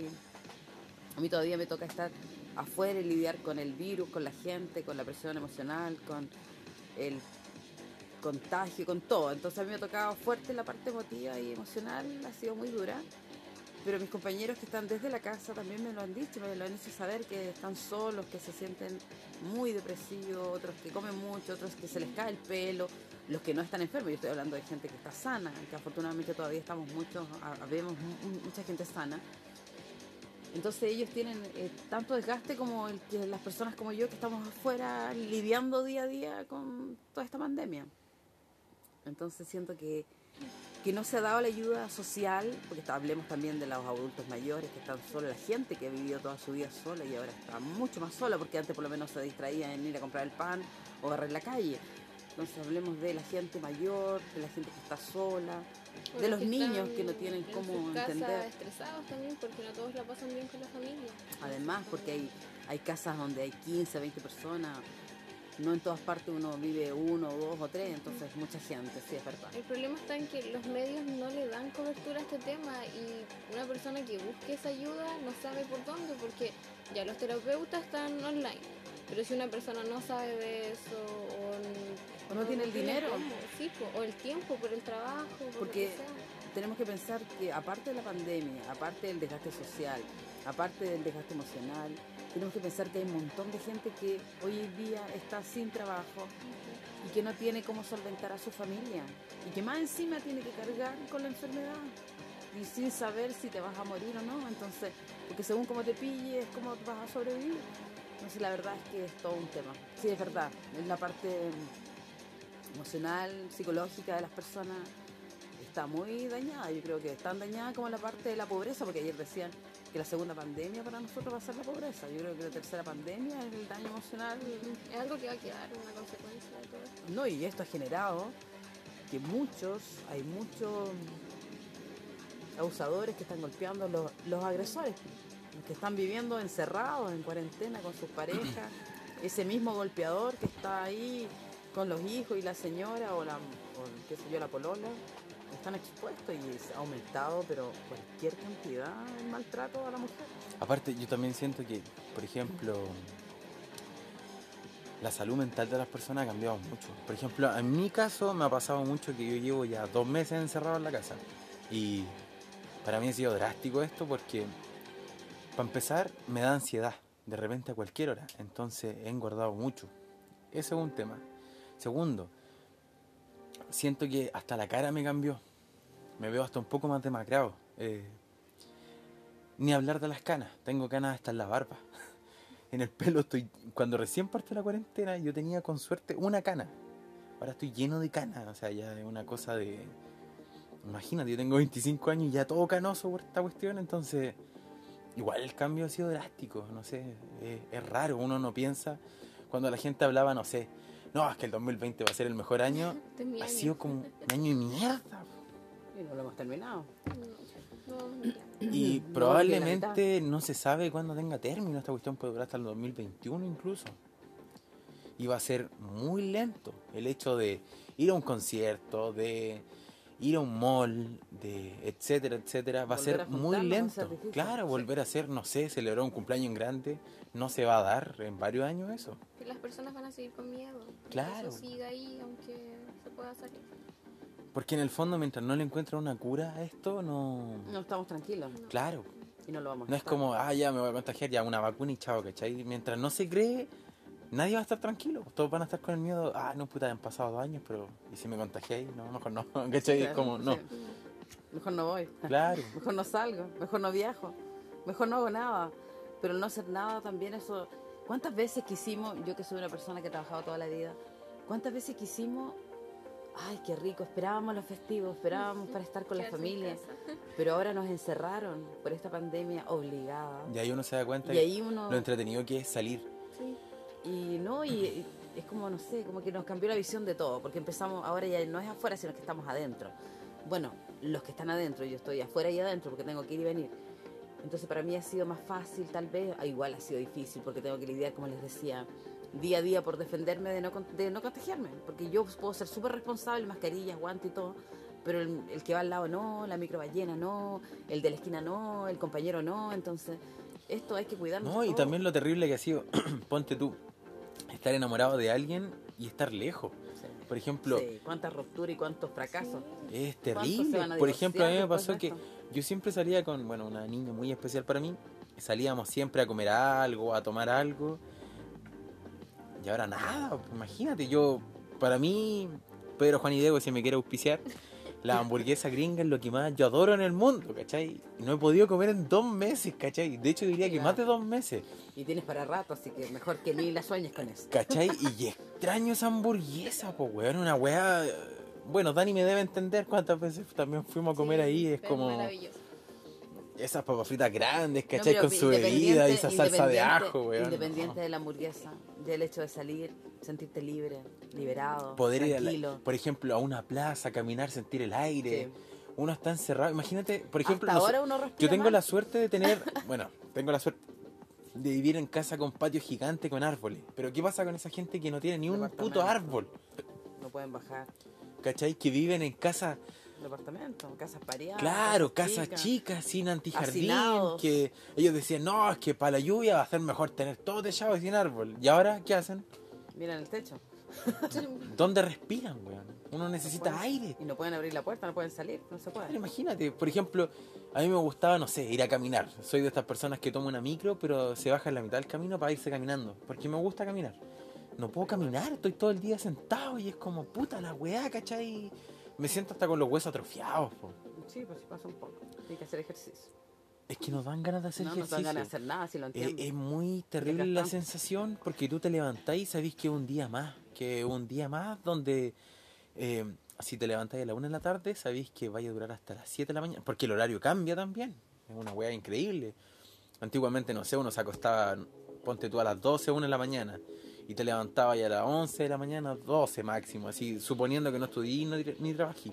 a mí todavía me toca estar afuera y lidiar con el virus, con la gente, con la presión emocional, con el contagio, con todo. Entonces a mí me ha tocado fuerte la parte emotiva y emocional, ha sido muy dura. Pero mis compañeros que están desde la casa también me lo han dicho, me lo han hecho saber, que están solos, que se sienten muy depresivos, otros que comen mucho, otros que se les cae el pelo, los que no están enfermos. Yo estoy hablando de gente que está sana, que afortunadamente todavía estamos vemos mucha gente sana. Entonces ellos tienen tanto desgaste como el que las personas como yo que estamos afuera lidiando día a día con toda esta pandemia. Entonces siento que no se ha dado la ayuda social, porque hablemos también de los adultos mayores que están solos, la gente que ha vivido toda su vida sola y ahora está mucho más sola, porque antes por lo menos se distraía en ir a comprar el pan o agarrar la calle. Entonces hablemos de la gente mayor, de la gente que está sola, de los niños que no tienen cómo entender. Estresados también porque no todos la pasan bien con la familia. Además, porque hay casas donde hay 15, 20 personas. No en todas partes uno vive 1, 2 o 3, entonces mucha gente, sí, es verdad. El problema está en que los medios no le dan cobertura a este tema y una persona que busque esa ayuda no sabe por dónde, porque ya los terapeutas están online, pero si una persona no sabe de eso o no tiene el dinero, sí, o el tiempo por el trabajo, porque tenemos que pensar que aparte de la pandemia, aparte del desgaste social, aparte del desgaste emocional, tenemos que pensar que hay un montón de gente que hoy en día está sin trabajo y que no tiene cómo solventar a su familia y que más encima tiene que cargar con la enfermedad y sin saber si te vas a morir o no. Entonces, porque según cómo te pilles, cómo vas a sobrevivir. Entonces la verdad es que es todo un tema. Sí, es verdad, es la parte emocional, psicológica de las personas está muy dañada. Yo creo que es tan dañada como la parte de la pobreza, porque ayer decían que la segunda pandemia para nosotros va a ser la pobreza. Yo creo que la tercera pandemia es el daño emocional. Es algo que va a quedar, una consecuencia de todo esto. No, y esto ha generado que hay muchos abusadores que están golpeando los agresores, los que están viviendo encerrados en cuarentena con sus parejas. Ese mismo golpeador que está ahí con los hijos y la señora o qué sé yo, la polola, están expuestos y se ha aumentado, pero cualquier cantidad de maltrato a la mujer. Aparte, yo también siento que, por ejemplo, la salud mental de las personas ha cambiado mucho. Por ejemplo, en mi caso me ha pasado mucho que yo llevo ya 2 meses encerrado en la casa. Y para mí ha sido drástico esto porque, para empezar, me da ansiedad de repente a cualquier hora. Entonces he engordado mucho. Ese es un tema. Segundo, siento que hasta la cara me cambió. Me veo hasta un poco más demacrado. Ni hablar de las canas. Tengo canas hasta en la barba. En el pelo cuando recién partió la cuarentena yo tenía con suerte una cana. Ahora estoy lleno de canas. O sea, ya es una cosa de... Imagínate, yo tengo 25 años y ya todo canoso por esta cuestión. Entonces, igual el cambio ha sido drástico. No sé, es raro. Uno no piensa... Cuando la gente hablaba, no sé... No, es que el 2020 va a ser el mejor año. Ha sido como un año y mierda. Y no lo hemos terminado. Y probablemente no se sabe cuándo tenga término. Esta cuestión puede durar hasta el 2021 incluso. Y va a ser muy lento. El hecho de ir a un concierto, de ir a un mall, de etcétera, etcétera, va a ser muy lento. Claro, volver a hacer, no sé, celebrar un cumpleaños en grande, no se va a dar en varios años eso. Que las personas van a seguir con miedo. Claro. Eso sigue ahí, aunque se pueda salir. Porque en el fondo, mientras no le encuentran una cura a esto, no estamos tranquilos. Claro. Y no lo vamos a No es como, ya me voy a contagiar, ya una vacuna y chao, ¿cachai? Mientras no se cree, nadie va a estar tranquilo. Todos van a estar con el miedo, no, puta, han pasado 2 años, pero ¿y si me contagié? No, mejor no, ¿cachai? Claro, como, no. Sí. Mejor no voy. Claro. Mejor no salgo, mejor no viajo, mejor no hago nada. Pero el no hacer nada también eso... ¿Cuántas veces quisimos, yo que soy una persona que he trabajado toda la vida, cuántas veces quisimos... Ay, qué rico, esperábamos los festivos, esperábamos para estar con la familia, pero ahora nos encerraron por esta pandemia obligada. Y ahí uno se da cuenta y ahí uno... lo entretenido que es salir. Sí. Y es como, no sé, como que nos cambió la visión de todo, porque empezamos, ahora ya no es afuera, sino que estamos adentro. Bueno, los que están adentro, yo estoy afuera y adentro porque tengo que ir y venir. Entonces para mí ha sido más fácil, tal vez, igual ha sido difícil porque tengo que lidiar, como les decía, día a día por defenderme de no contagiarme, porque yo puedo ser súper responsable, mascarillas, guantes y todo, pero el que va al lado no, la micro va llena no, el de la esquina no, el compañero no, entonces esto hay que cuidarnos. No, y todos. también lo terrible que ha sido, ponte tú, estar enamorado de alguien y estar lejos. Sí. Por ejemplo, Sí, cuántas rupturas y cuántos fracasos. es ¿Cuántos se terrible. van a Por ejemplo, a mí me divorciar pasó después que de esto? yo siempre salía con, bueno, una niña muy especial para mí. Salíamos siempre a comer algo, a tomar algo. Y ahora nada, pues, imagínate, yo, para mí, Pedro Juan y Diego, si me quiere auspiciar, la hamburguesa gringa es lo que más yo adoro en el mundo, ¿cachai? Y no he podido comer en 2 meses, ¿cachai? De hecho diría que más de 2 meses, Y tienes para rato, así que mejor que ni la sueñes con eso. ¿cachai? Y extraño esa hamburguesa, pues, weón, una weá... Bueno, Dani me debe entender cuántas veces también fuimos a comer Sí, ahí, es pero como... maravilloso. Esas papas fritas grandes, No, ¿cachai? pero Con su bebida y esa salsa de ajo, weón. Independiente No. de la hamburguesa, del hecho de salir, sentirte libre, liberado, Poder ir, tranquilo. por ejemplo, a una plaza, caminar, sentir el aire. Sí. Uno está encerrado. Imagínate, por ejemplo, Hasta ahora uno respira yo tengo mal. la suerte de tener, bueno, tengo la suerte de vivir en casa con patio gigante con árboles. Pero ¿qué pasa con esa gente que no tiene ni un puto Departamento. árbol? No pueden bajar. ¿Cachai? Que viven en casa, Departamento, casas pareadas. claro, casas chicas, sin antijardín. Hacinados. Que ellos decían, no, es que para la lluvia va a ser mejor tener todo techado y sin árbol. ¿Y ahora qué hacen? Miran el techo. ¿Dónde respiran, weón? Uno necesita Pueden- aire. Y no pueden abrir la puerta, no pueden salir, no se Pero puede. imagínate, por ejemplo, a mí me gustaba, no sé, ir a caminar. Soy de estas personas que toma una micro, pero se baja en la mitad del camino para irse caminando. Porque me gusta caminar. No puedo caminar, estoy todo el día sentado y es como puta la weá, ¿cachai? Me siento hasta con los huesos atrofiados, po. Sí, pues sí pasa un poco. Hay que hacer ejercicio. Es que nos dan ganas de hacer No, no te ejercicio. dan ganas de hacer nada, si lo entiendo. Es muy terrible la Desgastante. sensación porque tú te levantás y sabés que es un día más. Que es un día más donde si te levantás a la 1 de la tarde, sabéis que vaya a durar hasta las 7 de la mañana. Porque el horario cambia también. Es una weá increíble. Antiguamente, no sé, uno se acostaba, ponte tú a las 12, 1 de la mañana. Y te levantabas ya a las 11 de la mañana, 12 máximo. Así, suponiendo que no estudié ni trabajé.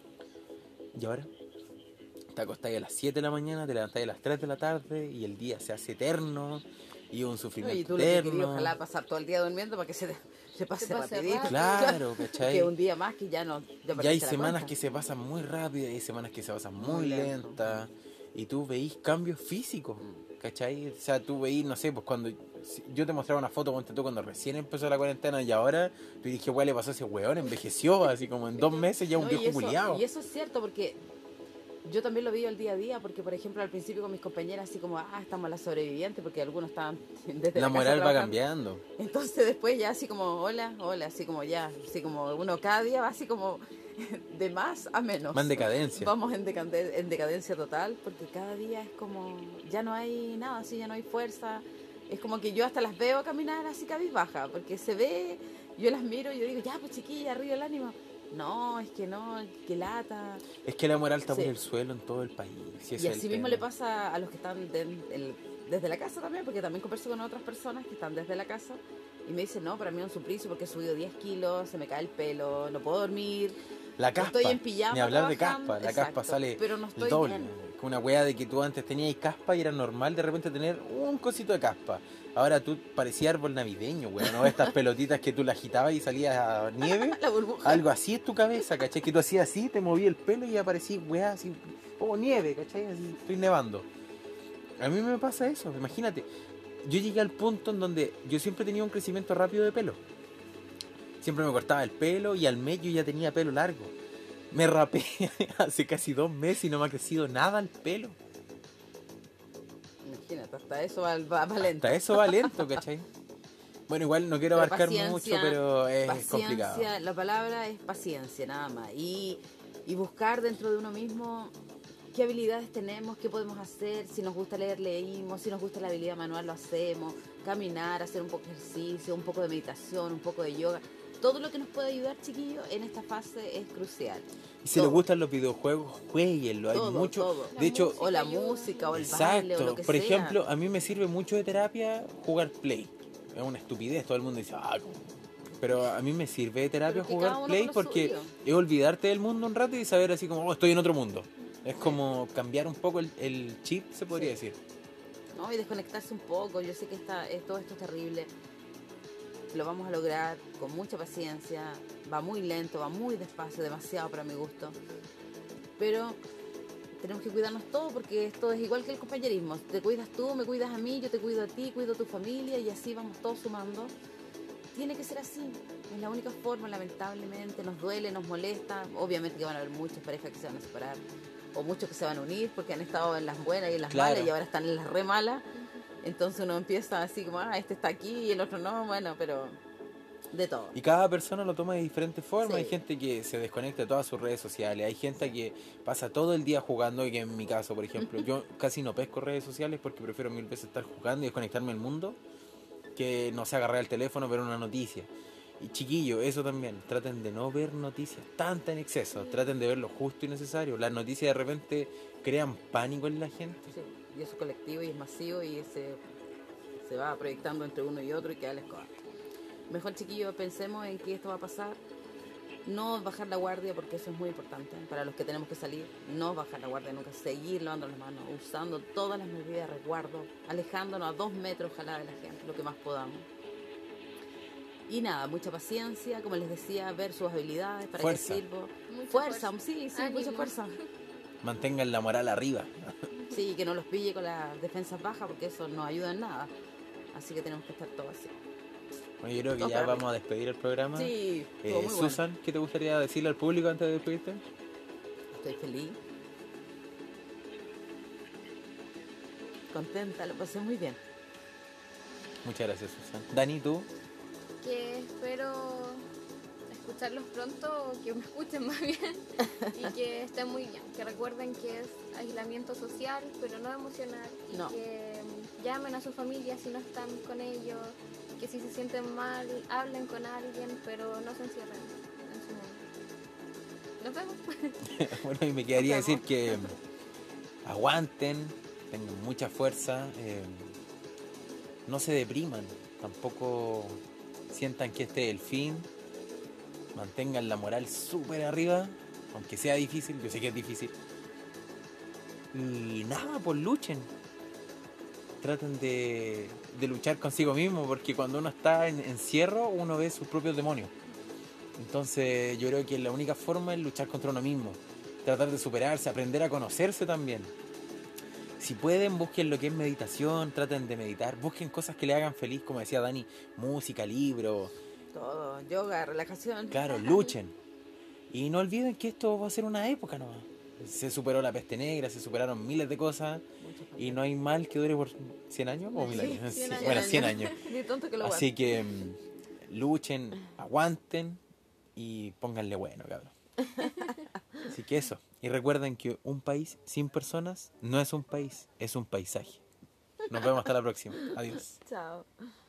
Y ahora te acostáis a las 7 de la mañana, te levantáis a las 3 de la tarde y el día se hace eterno y es un No, sufrimiento y tú lo que querías, eterno. ojalá pasar todo el día durmiendo para que se pase pase rapidito. rápido. Claro, ¿cachai? Que un día más que ya no. Ya Y hay perdiste la semanas cuenta. que se pasan muy rápido y hay semanas que se pasan muy Muy lento. lentas. Y tú veís cambios físicos, ¿cachai? O sea, tú veís, no sé, pues cuando yo te mostraba una foto, ponte tú, cuando recién empezó la cuarentena y ahora, tú dije, ¿qué le pasó a ese weón? Envejeció, así como en 2 meses ya un No, viejo culiado. y eso es cierto porque yo también lo vi el día a día, porque por ejemplo al principio con mis compañeras así como, estamos las sobrevivientes, porque algunos estaban desde La la casa moral va trabajando. cambiando. Entonces después ya así como, hola, así como ya, así como uno cada día va así como de más a menos. Más en decadencia. Vamos en decadencia total, porque cada día es como, ya no hay nada, así ya no hay fuerza. Es como que yo hasta las veo caminar así cabizbaja, porque se ve, yo las miro y yo digo, ya pues chiquilla, arriba el ánimo. No, es que no, que lata. Es que la moral está por Sí. el suelo en todo el país. Si ese Y es el así mismo tema. le pasa a los que están desde la casa también, porque también converso con otras personas que están desde la casa y me dicen, no, para mí es un suplicio porque he subido 10 kilos, se me cae el pelo, no puedo dormir. La caspa, Estoy en pijama ni hablar de trabajando, caspa, la exacto, caspa sale pero no estoy el doble. bien. Con una weá de que tú antes tenías caspa y era normal de repente tener un cosito de caspa. Ahora tú parecías árbol navideño, weón, ¿no? Estas pelotitas que tú la agitabas y salías a nieve. La burbuja. Algo así es tu cabeza, ¿cachai? Que tú hacías así, te movías el pelo y aparecía weá así, como nieve, ¿cachai? Así, estoy nevando. A mí me pasa eso, imagínate. Yo llegué al punto en donde yo siempre tenía un crecimiento rápido de pelo. Siempre me cortaba el pelo y al mes yo ya tenía pelo largo. Me rapé hace casi 2 meses y no me ha crecido nada el pelo. Imagínate, hasta eso va lento. Hasta eso va lento, ¿cachai? Bueno, igual no quiero Pero abarcar paciencia, mucho, pero es Paciencia, complicado. la palabra es paciencia, nada más. Y buscar dentro de uno mismo qué habilidades tenemos, qué podemos hacer. Si nos gusta leer, leímos. Si nos gusta la habilidad manual, lo hacemos. Caminar, hacer un poco de ejercicio, un poco de meditación, un poco de yoga. Todo lo que nos puede ayudar, chiquillos, en esta fase es crucial. Y si les gustan los videojuegos, jueguenlo. Hay Todo, mucho. todo. De hecho, O la música, o el baile, o lo que por sea. ejemplo, a mí me sirve mucho de terapia jugar Play. Es una estupidez, todo el mundo dice, ¿cómo? Pero a mí me sirve de terapia Pero que cada jugar uno Play con lo porque suyo. es olvidarte del mundo un rato y saber así como, estoy en otro mundo. Es como cambiar un poco el chip, se podría Sí. decir. ¿No? Y desconectarse un poco. Yo sé que todo esto es terrible. Lo vamos a lograr con mucha paciencia. Va muy lento, va muy despacio, demasiado para mi gusto. Pero tenemos que cuidarnos todos porque esto es igual que el compañerismo. Te cuidas tú, me cuidas a mí, yo te cuido a ti, cuido a tu familia y así vamos todos sumando. Tiene que ser así. Es la única forma, lamentablemente. Nos duele, nos molesta. Obviamente que van a haber muchas parejas que se van a separar o muchos que se van a unir porque han estado en las buenas y en las Claro. malas y ahora están en las re malas. Entonces uno empieza así como, este está aquí y el otro no, bueno, pero de todo. Y cada persona lo toma de diferentes formas. Sí. Hay gente que se desconecta de todas sus redes sociales. Hay gente que pasa todo el día jugando. Y que en mi caso, por ejemplo, yo casi no pesco redes sociales porque prefiero mil veces estar jugando y desconectarme del mundo que no sé, agarrar el teléfono, ver una noticia. Y chiquillos, eso también, traten de no ver noticias tanta en exceso, traten de ver lo justo y necesario. Las noticias de repente crean pánico en la gente. Sí, y eso es colectivo y es masivo y se va proyectando entre uno y otro y queda la escoba. Mejor, chiquillos, pensemos en que esto va a pasar. No bajar la guardia porque eso es muy importante para los que tenemos que salir. No bajar la guardia nunca, seguir lavando las manos, usando todas las medidas de resguardo, alejándonos a 2 metros ojalá de la gente, lo que más podamos. Y nada, mucha paciencia, como les decía, ver sus habilidades, para Fuerza. qué sirvo. Mucha Fuerza, fuerza. sí, Ánimo. mucha fuerza. Mantengan la moral arriba. Sí, que no los pille con las defensas bajas porque eso no ayuda en nada. Así que tenemos que estar todos así. Bueno, yo creo que Todos ya para vamos a despedir el programa. Sí, estuvo muy bueno. Susan, ¿qué te gustaría decirle al público antes de despedirte? Estoy feliz. Contenta, lo pasé muy bien. Muchas gracias, Susan. Dani, ¿tú? Que espero escucharlos pronto, o que me escuchen más bien, y que estén muy bien. Que recuerden que es aislamiento social, pero no emocional. Y No. que llamen a su familia si no están con ellos. Que si se sienten mal, hablen con alguien, pero no se encierren en su mundo. Nos vemos. Bueno, y me quedaría Nos decir vemos. que aguanten, tengan mucha fuerza, no se depriman, tampoco sientan que este es el fin, mantengan la moral súper arriba, aunque sea difícil, yo sé que es difícil. Y nada, pues luchen. Traten de luchar consigo mismo, porque cuando uno está en encierro, uno ve sus propios demonios. Entonces yo creo que la única forma es luchar contra uno mismo, tratar de superarse, aprender a conocerse también. Si pueden, busquen lo que es meditación, traten de meditar, busquen cosas que le hagan feliz, como decía Dani, música, libros, Todo, yoga, relajación. claro, luchen. Y no olviden que esto va a ser una época nomás. Se superó la peste negra, se superaron miles de cosas y no hay mal que dure por 100 años o 1000 años. 100 Sí, años. bueno, 100 años. Ni tonto que lo Así que luchen, aguanten y pónganle bueno, cabrón. Así que eso. Y recuerden que un país sin personas no es un país, es un paisaje. Nos vemos hasta la próxima. Adiós. Chao.